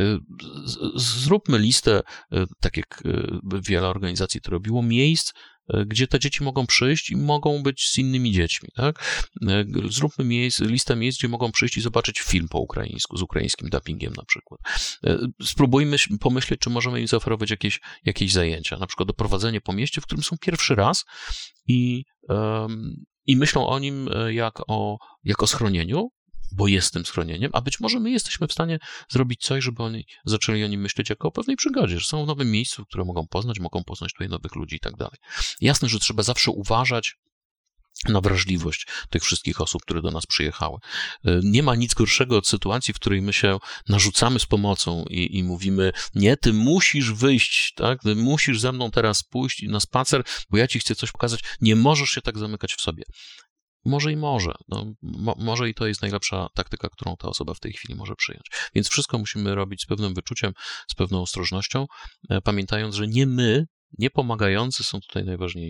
[SPEAKER 3] Zróbmy listę, tak jak wiele organizacji to robiło, miejsc, gdzie te dzieci mogą przyjść i mogą być z innymi dziećmi, tak? Zróbmy miejsc, listę miejsc, gdzie mogą przyjść i zobaczyć film po ukraińsku, z ukraińskim dubbingiem na przykład. Spróbujmy pomyśleć, czy możemy im zaoferować jakieś, jakieś zajęcia, na przykład doprowadzenie po mieście, w którym są pierwszy raz i, um, i myślą o nim jak o, jak o schronieniu, bo jest tym schronieniem, a być może my jesteśmy w stanie zrobić coś, żeby oni zaczęli o nim myśleć jako o pewnej przygodzie, że są w nowym miejscu, które mogą poznać, mogą poznać tutaj nowych ludzi i tak dalej. Jasne, że trzeba zawsze uważać na wrażliwość tych wszystkich osób, które do nas przyjechały. Nie ma nic gorszego od sytuacji, w której my się narzucamy z pomocą i, i mówimy, nie, ty musisz wyjść, tak, ty musisz ze mną teraz pójść na spacer, bo ja ci chcę coś pokazać, nie możesz się tak zamykać w sobie. Może i może. No, mo, może i to jest najlepsza taktyka, którą ta osoba w tej chwili może przyjąć. Więc wszystko musimy robić z pewnym wyczuciem, z pewną ostrożnością, pamiętając, że nie my, nie pomagający są tutaj najważniejsi.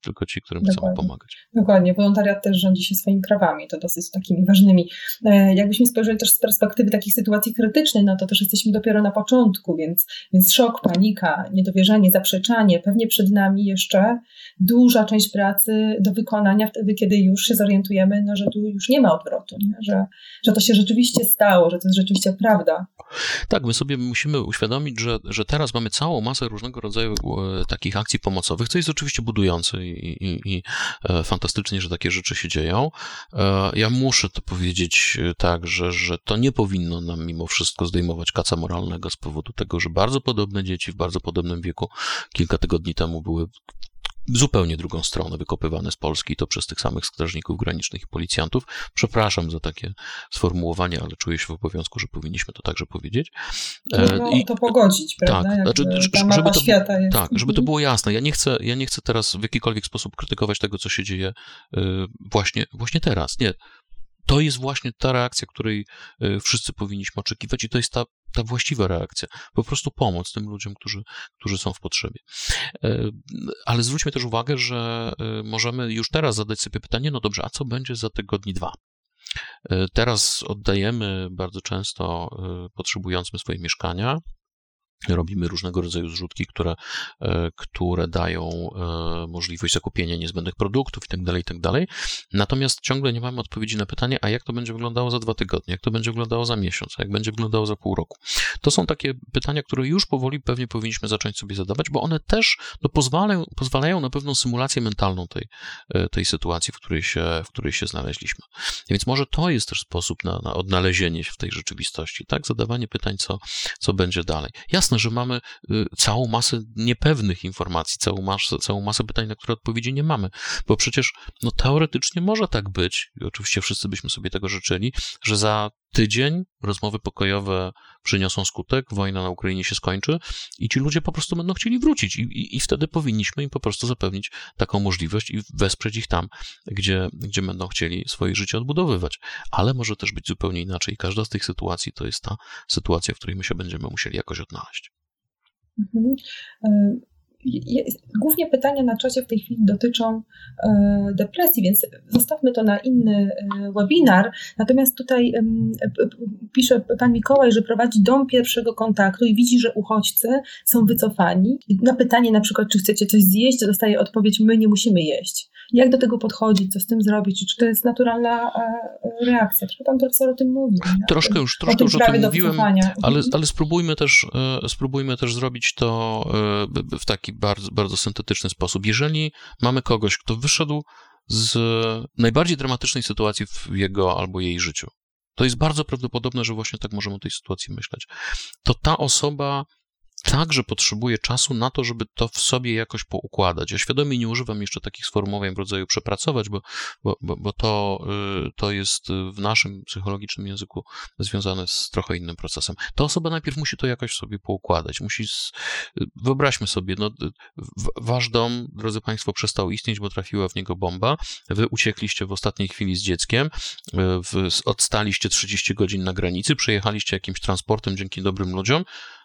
[SPEAKER 3] tylko ci, którym
[SPEAKER 1] Dokładnie.
[SPEAKER 3] chcemy pomagać.
[SPEAKER 1] Dokładnie. Wolontariat też rządzi się swoimi prawami, to dosyć takimi ważnymi. Jakbyśmy spojrzeli też z perspektywy takich sytuacji krytycznych, no to też jesteśmy dopiero na początku, więc, więc szok, panika, niedowierzanie, zaprzeczanie, pewnie przed nami jeszcze duża część pracy do wykonania wtedy, kiedy już się zorientujemy, no, że tu już nie ma odwrotu, nie? Że, że to się rzeczywiście stało, że to jest rzeczywiście prawda.
[SPEAKER 3] Tak, my sobie musimy uświadomić, że, że teraz mamy całą masę różnego rodzaju e, takich akcji pomocowych, co jest oczywiście budujące i, i, i e, fantastycznie, że takie rzeczy się dzieją. E, ja muszę to powiedzieć tak, że, że to nie powinno nam mimo wszystko zdejmować kaca moralnego z powodu tego, że bardzo podobne dzieci w bardzo podobnym wieku kilka tygodni temu były zupełnie drugą stronę wykopywane z Polski, to przez tych samych strażników granicznych i policjantów. Przepraszam za takie sformułowanie, ale czuję się w obowiązku, że powinniśmy to także powiedzieć.
[SPEAKER 1] No, I to pogodzić, prawda?
[SPEAKER 3] Tak, znaczy,
[SPEAKER 1] ta mapa
[SPEAKER 3] żeby to,
[SPEAKER 1] świata jest.
[SPEAKER 3] Tak, żeby to było jasne. Ja nie chcę, ja nie chcę teraz w jakikolwiek sposób krytykować tego, co się dzieje właśnie, właśnie teraz. Nie. To jest właśnie ta reakcja, której wszyscy powinniśmy oczekiwać i to jest ta, ta właściwa reakcja. Po prostu pomóc tym ludziom, którzy, którzy są w potrzebie. Ale zwróćmy też uwagę, że możemy już teraz zadać sobie pytanie, no dobrze, a co będzie za tygodni dwa? Teraz oddajemy bardzo często potrzebującym swoje mieszkania. Robimy różnego rodzaju zrzutki, które, które dają możliwość zakupienia niezbędnych produktów i tak dalej, i tak dalej. Natomiast ciągle nie mamy odpowiedzi na pytanie, a jak to będzie wyglądało za dwa tygodnie, jak to będzie wyglądało za miesiąc, a jak będzie wyglądało za pół roku. To są takie pytania, które już powoli pewnie powinniśmy zacząć sobie zadawać, bo one też no, pozwalają, pozwalają na pewną symulację mentalną tej, tej sytuacji, w której się, w której się znaleźliśmy. Więc może to jest też sposób na, na odnalezienie się w tej rzeczywistości, tak? Zadawanie pytań, co, co będzie dalej. Jasne, że mamy całą masę niepewnych informacji, całą masę, całą masę pytań, na które odpowiedzi nie mamy, bo przecież no, teoretycznie może tak być, i oczywiście wszyscy byśmy sobie tego życzyli, że za tydzień rozmowy pokojowe przyniosą skutek, wojna na Ukrainie się skończy i ci ludzie po prostu będą chcieli wrócić i, i, i wtedy powinniśmy im po prostu zapewnić taką możliwość i wesprzeć ich tam, gdzie, gdzie będą chcieli swoje życie odbudowywać. Ale może też być zupełnie inaczej i każda z tych sytuacji to jest ta sytuacja, w której my się będziemy musieli jakoś odnaleźć.
[SPEAKER 1] Mhm. Głównie pytania na czacie w tej chwili dotyczą depresji, więc zostawmy to na inny webinar. Natomiast tutaj pisze pan Mikołaj, że prowadzi dom pierwszego kontaktu i widzi, że uchodźcy są wycofani. Na pytanie na przykład, czy chcecie coś zjeść, dostaje odpowiedź, my nie musimy jeść. Jak do tego podchodzić, co z tym zrobić? Czy to jest naturalna reakcja? Trochę pan profesor o tym mówi.
[SPEAKER 3] Troszkę już, troszkę już o tym mówiłem, ale, ale spróbujmy też, spróbujmy też zrobić to w taki bardzo, bardzo syntetyczny sposób. Jeżeli mamy kogoś, kto wyszedł z najbardziej dramatycznej sytuacji w jego albo jej życiu, to jest bardzo prawdopodobne, że właśnie tak możemy o tej sytuacji myśleć, to ta osoba także potrzebuje czasu na to, żeby to w sobie jakoś poukładać. Ja świadomie nie używam jeszcze takich sformułowań w rodzaju przepracować, bo, bo, bo to, to jest w naszym psychologicznym języku związane z trochę innym procesem. Ta osoba najpierw musi to jakoś sobie poukładać. Musi z... Wyobraźmy sobie, no, wasz dom, drodzy państwo, przestał istnieć, bo trafiła w niego bomba. Wy uciekliście w ostatniej chwili z dzieckiem, w, odstaliście trzydzieści godzin na granicy, przejechaliście jakimś transportem dzięki dobrym ludziom.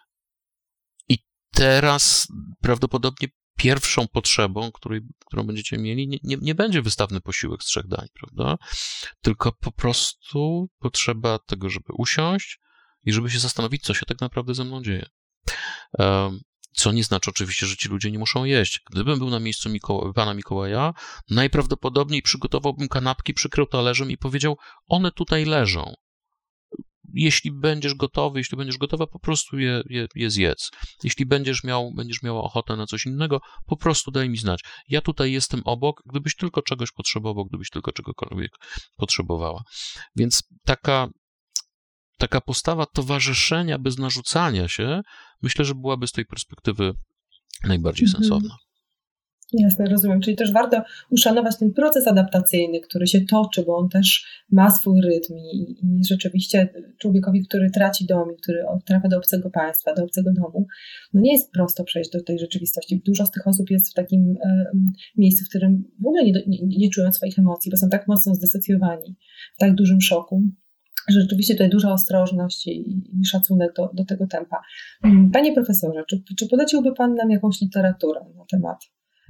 [SPEAKER 3] Teraz prawdopodobnie pierwszą potrzebą, której, którą będziecie mieli, nie, nie, nie będzie wystawny posiłek z trzech dań, prawda? Tylko po prostu potrzeba tego, żeby usiąść i żeby się zastanowić, co się tak naprawdę ze mną dzieje. Um, co nie znaczy oczywiście, że ci ludzie nie muszą jeść. Gdybym był na miejscu Mikoła, pana Mikołaja, najprawdopodobniej przygotowałbym kanapki, przykrył talerzem i powiedział, one tutaj leżą. Jeśli będziesz gotowy, jeśli będziesz gotowa, po prostu je, je, je zjedz. Jeśli będziesz miał, będziesz miała ochotę na coś innego, po prostu daj mi znać. Ja tutaj jestem obok, gdybyś tylko czegoś potrzebował, gdybyś tylko czegokolwiek potrzebowała. Więc taka, taka postawa towarzyszenia bez narzucania się, myślę, że byłaby z tej perspektywy najbardziej mhm. sensowna.
[SPEAKER 1] Jasne, rozumiem. Czyli też warto uszanować ten proces adaptacyjny, który się toczy, bo on też ma swój rytm i, i rzeczywiście człowiekowi, który traci dom, który trafia do obcego państwa, do obcego domu, no nie jest prosto przejść do tej rzeczywistości. Dużo z tych osób jest w takim e, miejscu, w którym w ogóle nie, nie, nie czują swoich emocji, bo są tak mocno zdysocjowani, w tak dużym szoku, że rzeczywiście tutaj duża ostrożność i, i szacunek do, do tego tempa. Panie profesorze, czy, czy poleciłby pan nam jakąś literaturę na temat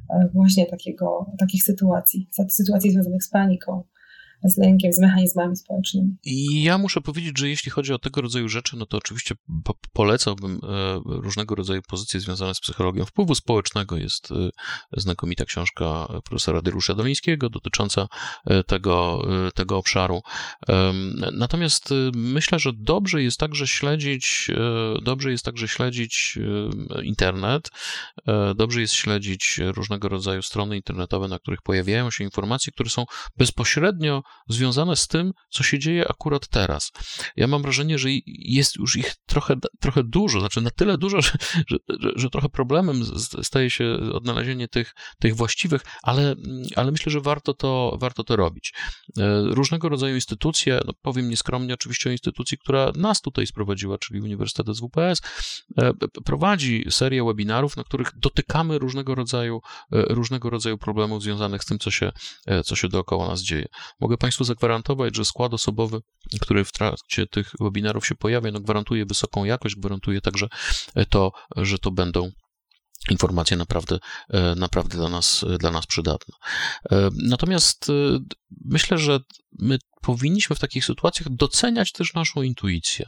[SPEAKER 1] właśnie takiego, takich sytuacji, sytuacji związanych z paniką, z lękiem, z mechanizmami społecznymi.
[SPEAKER 3] I ja muszę powiedzieć, że jeśli chodzi o tego rodzaju rzeczy, no to oczywiście po- polecałbym różnego rodzaju pozycje związane z psychologią wpływu społecznego. Jest znakomita książka profesora Dariusza Dolińskiego dotycząca tego, tego obszaru. Natomiast myślę, że dobrze jest także śledzić, dobrze jest także śledzić internet, dobrze jest śledzić różnego rodzaju strony internetowe, na których pojawiają się informacje, które są bezpośrednio związane z tym, co się dzieje akurat teraz. Ja mam wrażenie, że jest już ich trochę, trochę dużo, znaczy na tyle dużo, że, że, że trochę problemem staje się odnalezienie tych, tych właściwych, ale, ale myślę, że warto to, warto to robić. Różnego rodzaju instytucje, no powiem nieskromnie oczywiście o instytucji, która nas tutaj sprowadziła, czyli Uniwersytet S W P S, prowadzi serię webinarów, na których dotykamy różnego rodzaju, różnego rodzaju problemów związanych z tym, co się, co się dookoła nas dzieje. Mogę Państwu zagwarantować, że skład osobowy, który w trakcie tych webinarów się pojawia, no gwarantuje wysoką jakość, gwarantuje także to, że to będą informacje naprawdę, naprawdę dla nas, dla nas przydatne. Natomiast myślę, że my powinniśmy w takich sytuacjach doceniać też naszą intuicję.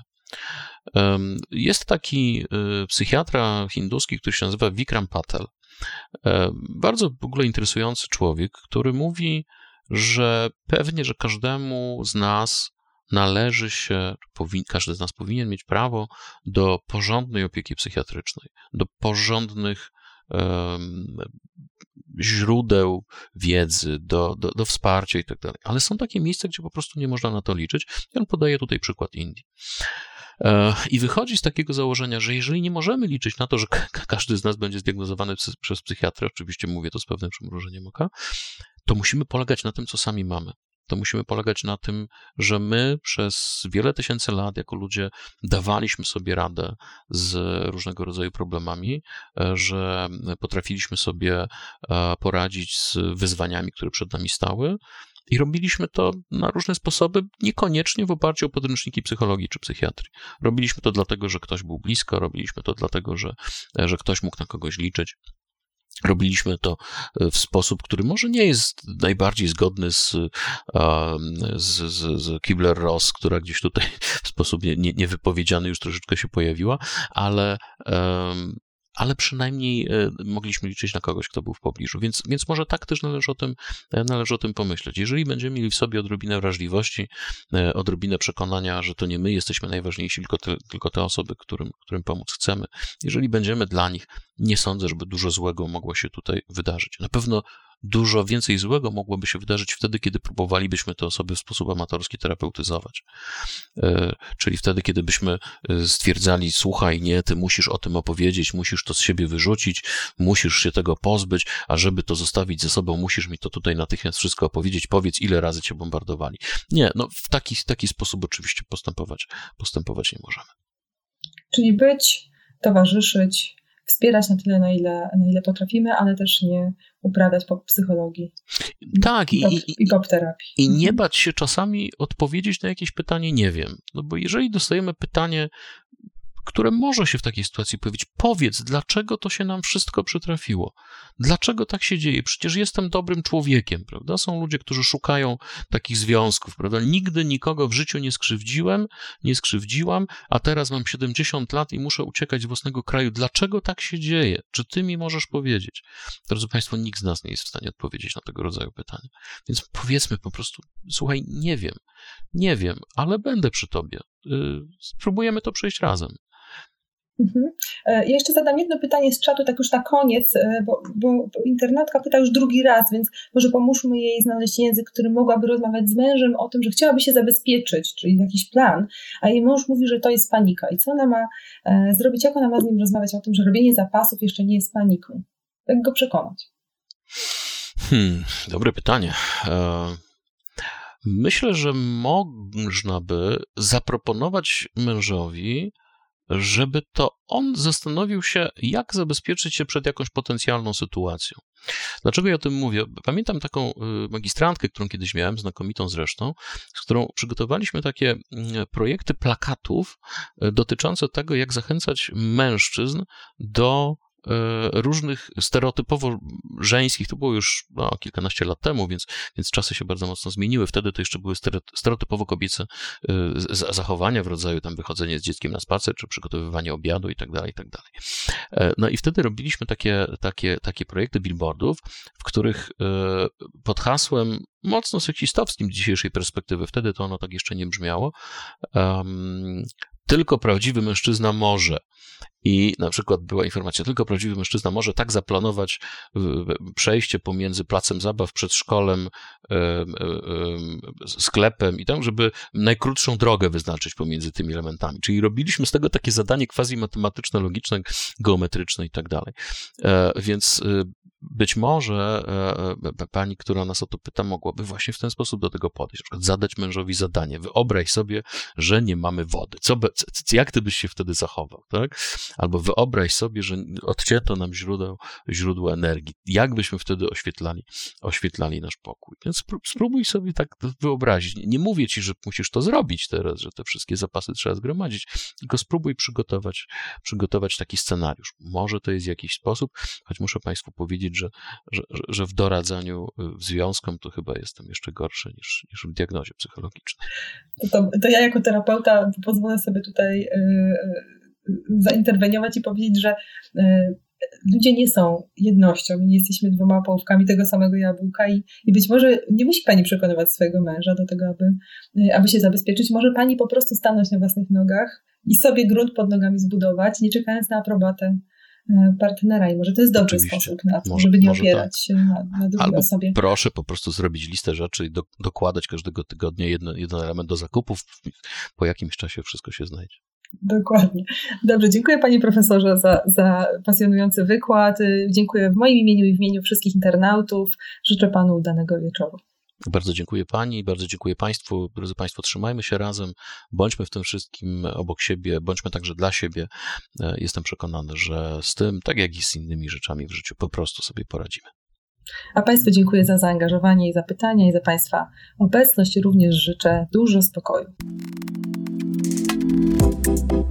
[SPEAKER 3] Jest taki psychiatra hinduski, który się nazywa Vikram Patel. Bardzo w ogóle interesujący człowiek, który mówi, że pewnie, że każdemu z nas należy się, powin, każdy z nas powinien mieć prawo do porządnej opieki psychiatrycznej, do porządnych um, źródeł wiedzy, do, do, do wsparcia i tak dalej. Ale są takie miejsca, gdzie po prostu nie można na to liczyć. I on podaje tutaj przykład Indii. I wychodzi z takiego założenia, że jeżeli nie możemy liczyć na to, że każdy z nas będzie zdiagnozowany przez psychiatrę, oczywiście mówię to z pewnym przymrużeniem oka, to musimy polegać na tym, co sami mamy. To musimy polegać na tym, że my przez wiele tysięcy lat jako ludzie dawaliśmy sobie radę z różnego rodzaju problemami, że potrafiliśmy sobie poradzić z wyzwaniami, które przed nami stały i robiliśmy to na różne sposoby, niekoniecznie w oparciu o podręczniki psychologii czy psychiatrii. Robiliśmy to dlatego, że ktoś był blisko, robiliśmy to dlatego, że, że ktoś mógł na kogoś liczyć. Robiliśmy to w sposób, który może nie jest najbardziej zgodny z, z, z, z Kubler-Ross, która gdzieś tutaj w sposób nie, nie, niewypowiedziany już troszeczkę się pojawiła, ale, ale przynajmniej mogliśmy liczyć na kogoś, kto był w pobliżu. Więc, więc może tak też należy o, tym, należy o tym pomyśleć. Jeżeli będziemy mieli w sobie odrobinę wrażliwości, odrobinę przekonania, że to nie my jesteśmy najważniejsi, tylko te, tylko te osoby, którym, którym pomóc chcemy, jeżeli będziemy dla nich, nie sądzę, żeby dużo złego mogło się tutaj wydarzyć. Na pewno dużo więcej złego mogłoby się wydarzyć wtedy, kiedy próbowalibyśmy te osoby w sposób amatorski terapeutyzować. Czyli wtedy, kiedy byśmy stwierdzali, słuchaj, nie, ty musisz o tym opowiedzieć, musisz to z siebie wyrzucić, musisz się tego pozbyć, a żeby to zostawić ze sobą, musisz mi to tutaj natychmiast wszystko opowiedzieć, powiedz, ile razy cię bombardowali. Nie, no w taki, taki sposób oczywiście postępować, postępować nie możemy.
[SPEAKER 1] Czyli być, towarzyszyć, wspierać na tyle, na ile, na ile potrafimy, ale też nie uprawiać pop psychologii.
[SPEAKER 3] Tak,
[SPEAKER 1] i, pop, i, i pop terapii.
[SPEAKER 3] I nie bać się czasami odpowiedzieć na jakieś pytanie nie wiem. No bo jeżeli dostajemy pytanie, które może się w takiej sytuacji pojawić, powiedz, dlaczego to się nam wszystko przytrafiło? Dlaczego tak się dzieje? Przecież jestem dobrym człowiekiem, prawda? Są ludzie, którzy szukają takich związków, prawda? Nigdy nikogo w życiu nie skrzywdziłem, nie skrzywdziłam, a teraz mam siedemdziesiąt lat i muszę uciekać z własnego kraju. Dlaczego tak się dzieje? Czy ty mi możesz powiedzieć? Drodzy Państwo, nikt z nas nie jest w stanie odpowiedzieć na tego rodzaju pytania. Więc powiedzmy po prostu, słuchaj, nie wiem, nie wiem, ale będę przy tobie. Spróbujemy to przejść razem.
[SPEAKER 1] Mhm. Ja jeszcze zadam jedno pytanie z czatu, tak już na koniec, bo, bo internautka pyta już drugi raz, więc może pomóżmy jej znaleźć język, który mogłaby rozmawiać z mężem o tym, że chciałaby się zabezpieczyć, czyli jakiś plan, a jej mąż mówi, że to jest panika. I co ona ma e, zrobić, jak ona ma z nim rozmawiać o tym, że robienie zapasów jeszcze nie jest paniką? Jak go przekonać?
[SPEAKER 3] Hmm, dobre pytanie. E... Myślę, że można by zaproponować mężowi, żeby to on zastanowił się, jak zabezpieczyć się przed jakąś potencjalną sytuacją. Dlaczego ja o tym mówię? Pamiętam taką magistrantkę, którą kiedyś miałem, znakomitą zresztą, z którą przygotowaliśmy takie projekty plakatów dotyczące tego, jak zachęcać mężczyzn do różnych stereotypowo żeńskich, to było już no, kilkanaście lat temu, więc, więc czasy się bardzo mocno zmieniły. Wtedy to jeszcze były stereotypowo kobiece zachowania w rodzaju tam wychodzenie z dzieckiem na spacer, czy przygotowywanie obiadu i tak dalej, i tak dalej. No i wtedy robiliśmy takie, takie, takie projekty billboardów, w których pod hasłem mocno seksistowskim z dzisiejszej perspektywy, wtedy to ono tak jeszcze nie brzmiało, um, tylko prawdziwy mężczyzna może. I na przykład była informacja, tylko prawdziwy mężczyzna może tak zaplanować przejście pomiędzy placem zabaw, przedszkolem, sklepem i tam, żeby najkrótszą drogę wyznaczyć pomiędzy tymi elementami. Czyli robiliśmy z tego takie zadanie quasi-matematyczne, logiczne, geometryczne i tak dalej. Więc być może pani, która nas o to pyta, mogłaby właśnie w ten sposób do tego podejść. Na przykład zadać mężowi zadanie. Wyobraź sobie, że nie mamy wody. Co, jak ty byś się wtedy zachował, tak? Albo wyobraź sobie, że odcięto nam źródeł, źródło energii. Jak byśmy wtedy oświetlali, oświetlali nasz pokój? Więc spróbuj sobie tak wyobrazić. Nie mówię ci, że musisz to zrobić teraz, że te wszystkie zapasy trzeba zgromadzić, tylko spróbuj przygotować, przygotować taki scenariusz. Może to jest jakiś sposób, choć muszę Państwu powiedzieć, że, że, że w doradzaniu związkom to chyba jestem jeszcze gorszy niż, niż w diagnozie psychologicznej.
[SPEAKER 1] To, to ja jako terapeuta pozwolę sobie tutaj yy, zainterweniować i powiedzieć, że yy, ludzie nie są jednością, nie jesteśmy dwoma połówkami tego samego jabłka i, i być może nie musi Pani przekonywać swojego męża do tego, aby, aby się zabezpieczyć. Może Pani po prostu stanąć na własnych nogach i sobie grunt pod nogami zbudować, nie czekając na aprobatę partnera i może to jest dobry
[SPEAKER 3] Oczywiście.
[SPEAKER 1] sposób na to,
[SPEAKER 3] może,
[SPEAKER 1] żeby nie
[SPEAKER 3] może
[SPEAKER 1] opierać
[SPEAKER 3] tak.
[SPEAKER 1] się na, na drugiej
[SPEAKER 3] Albo
[SPEAKER 1] osobie.
[SPEAKER 3] Proszę po prostu zrobić listę rzeczy i do, dokładać każdego tygodnia jedno, jeden element do zakupów. Po jakimś czasie wszystko się znajdzie.
[SPEAKER 1] Dokładnie. Dobrze, dziękuję Panie Profesorze za, za pasjonujący wykład. Dziękuję w moim imieniu i w imieniu wszystkich internautów. Życzę Panu udanego wieczoru.
[SPEAKER 3] Bardzo dziękuję Pani, bardzo dziękuję Państwu. Drodzy Państwo, trzymajmy się razem, bądźmy w tym wszystkim obok siebie, bądźmy także dla siebie. Jestem przekonany, że z tym, tak jak i z innymi rzeczami w życiu, po prostu sobie poradzimy.
[SPEAKER 1] A Państwu dziękuję za zaangażowanie i za pytania i za Państwa obecność. Również życzę dużo spokoju.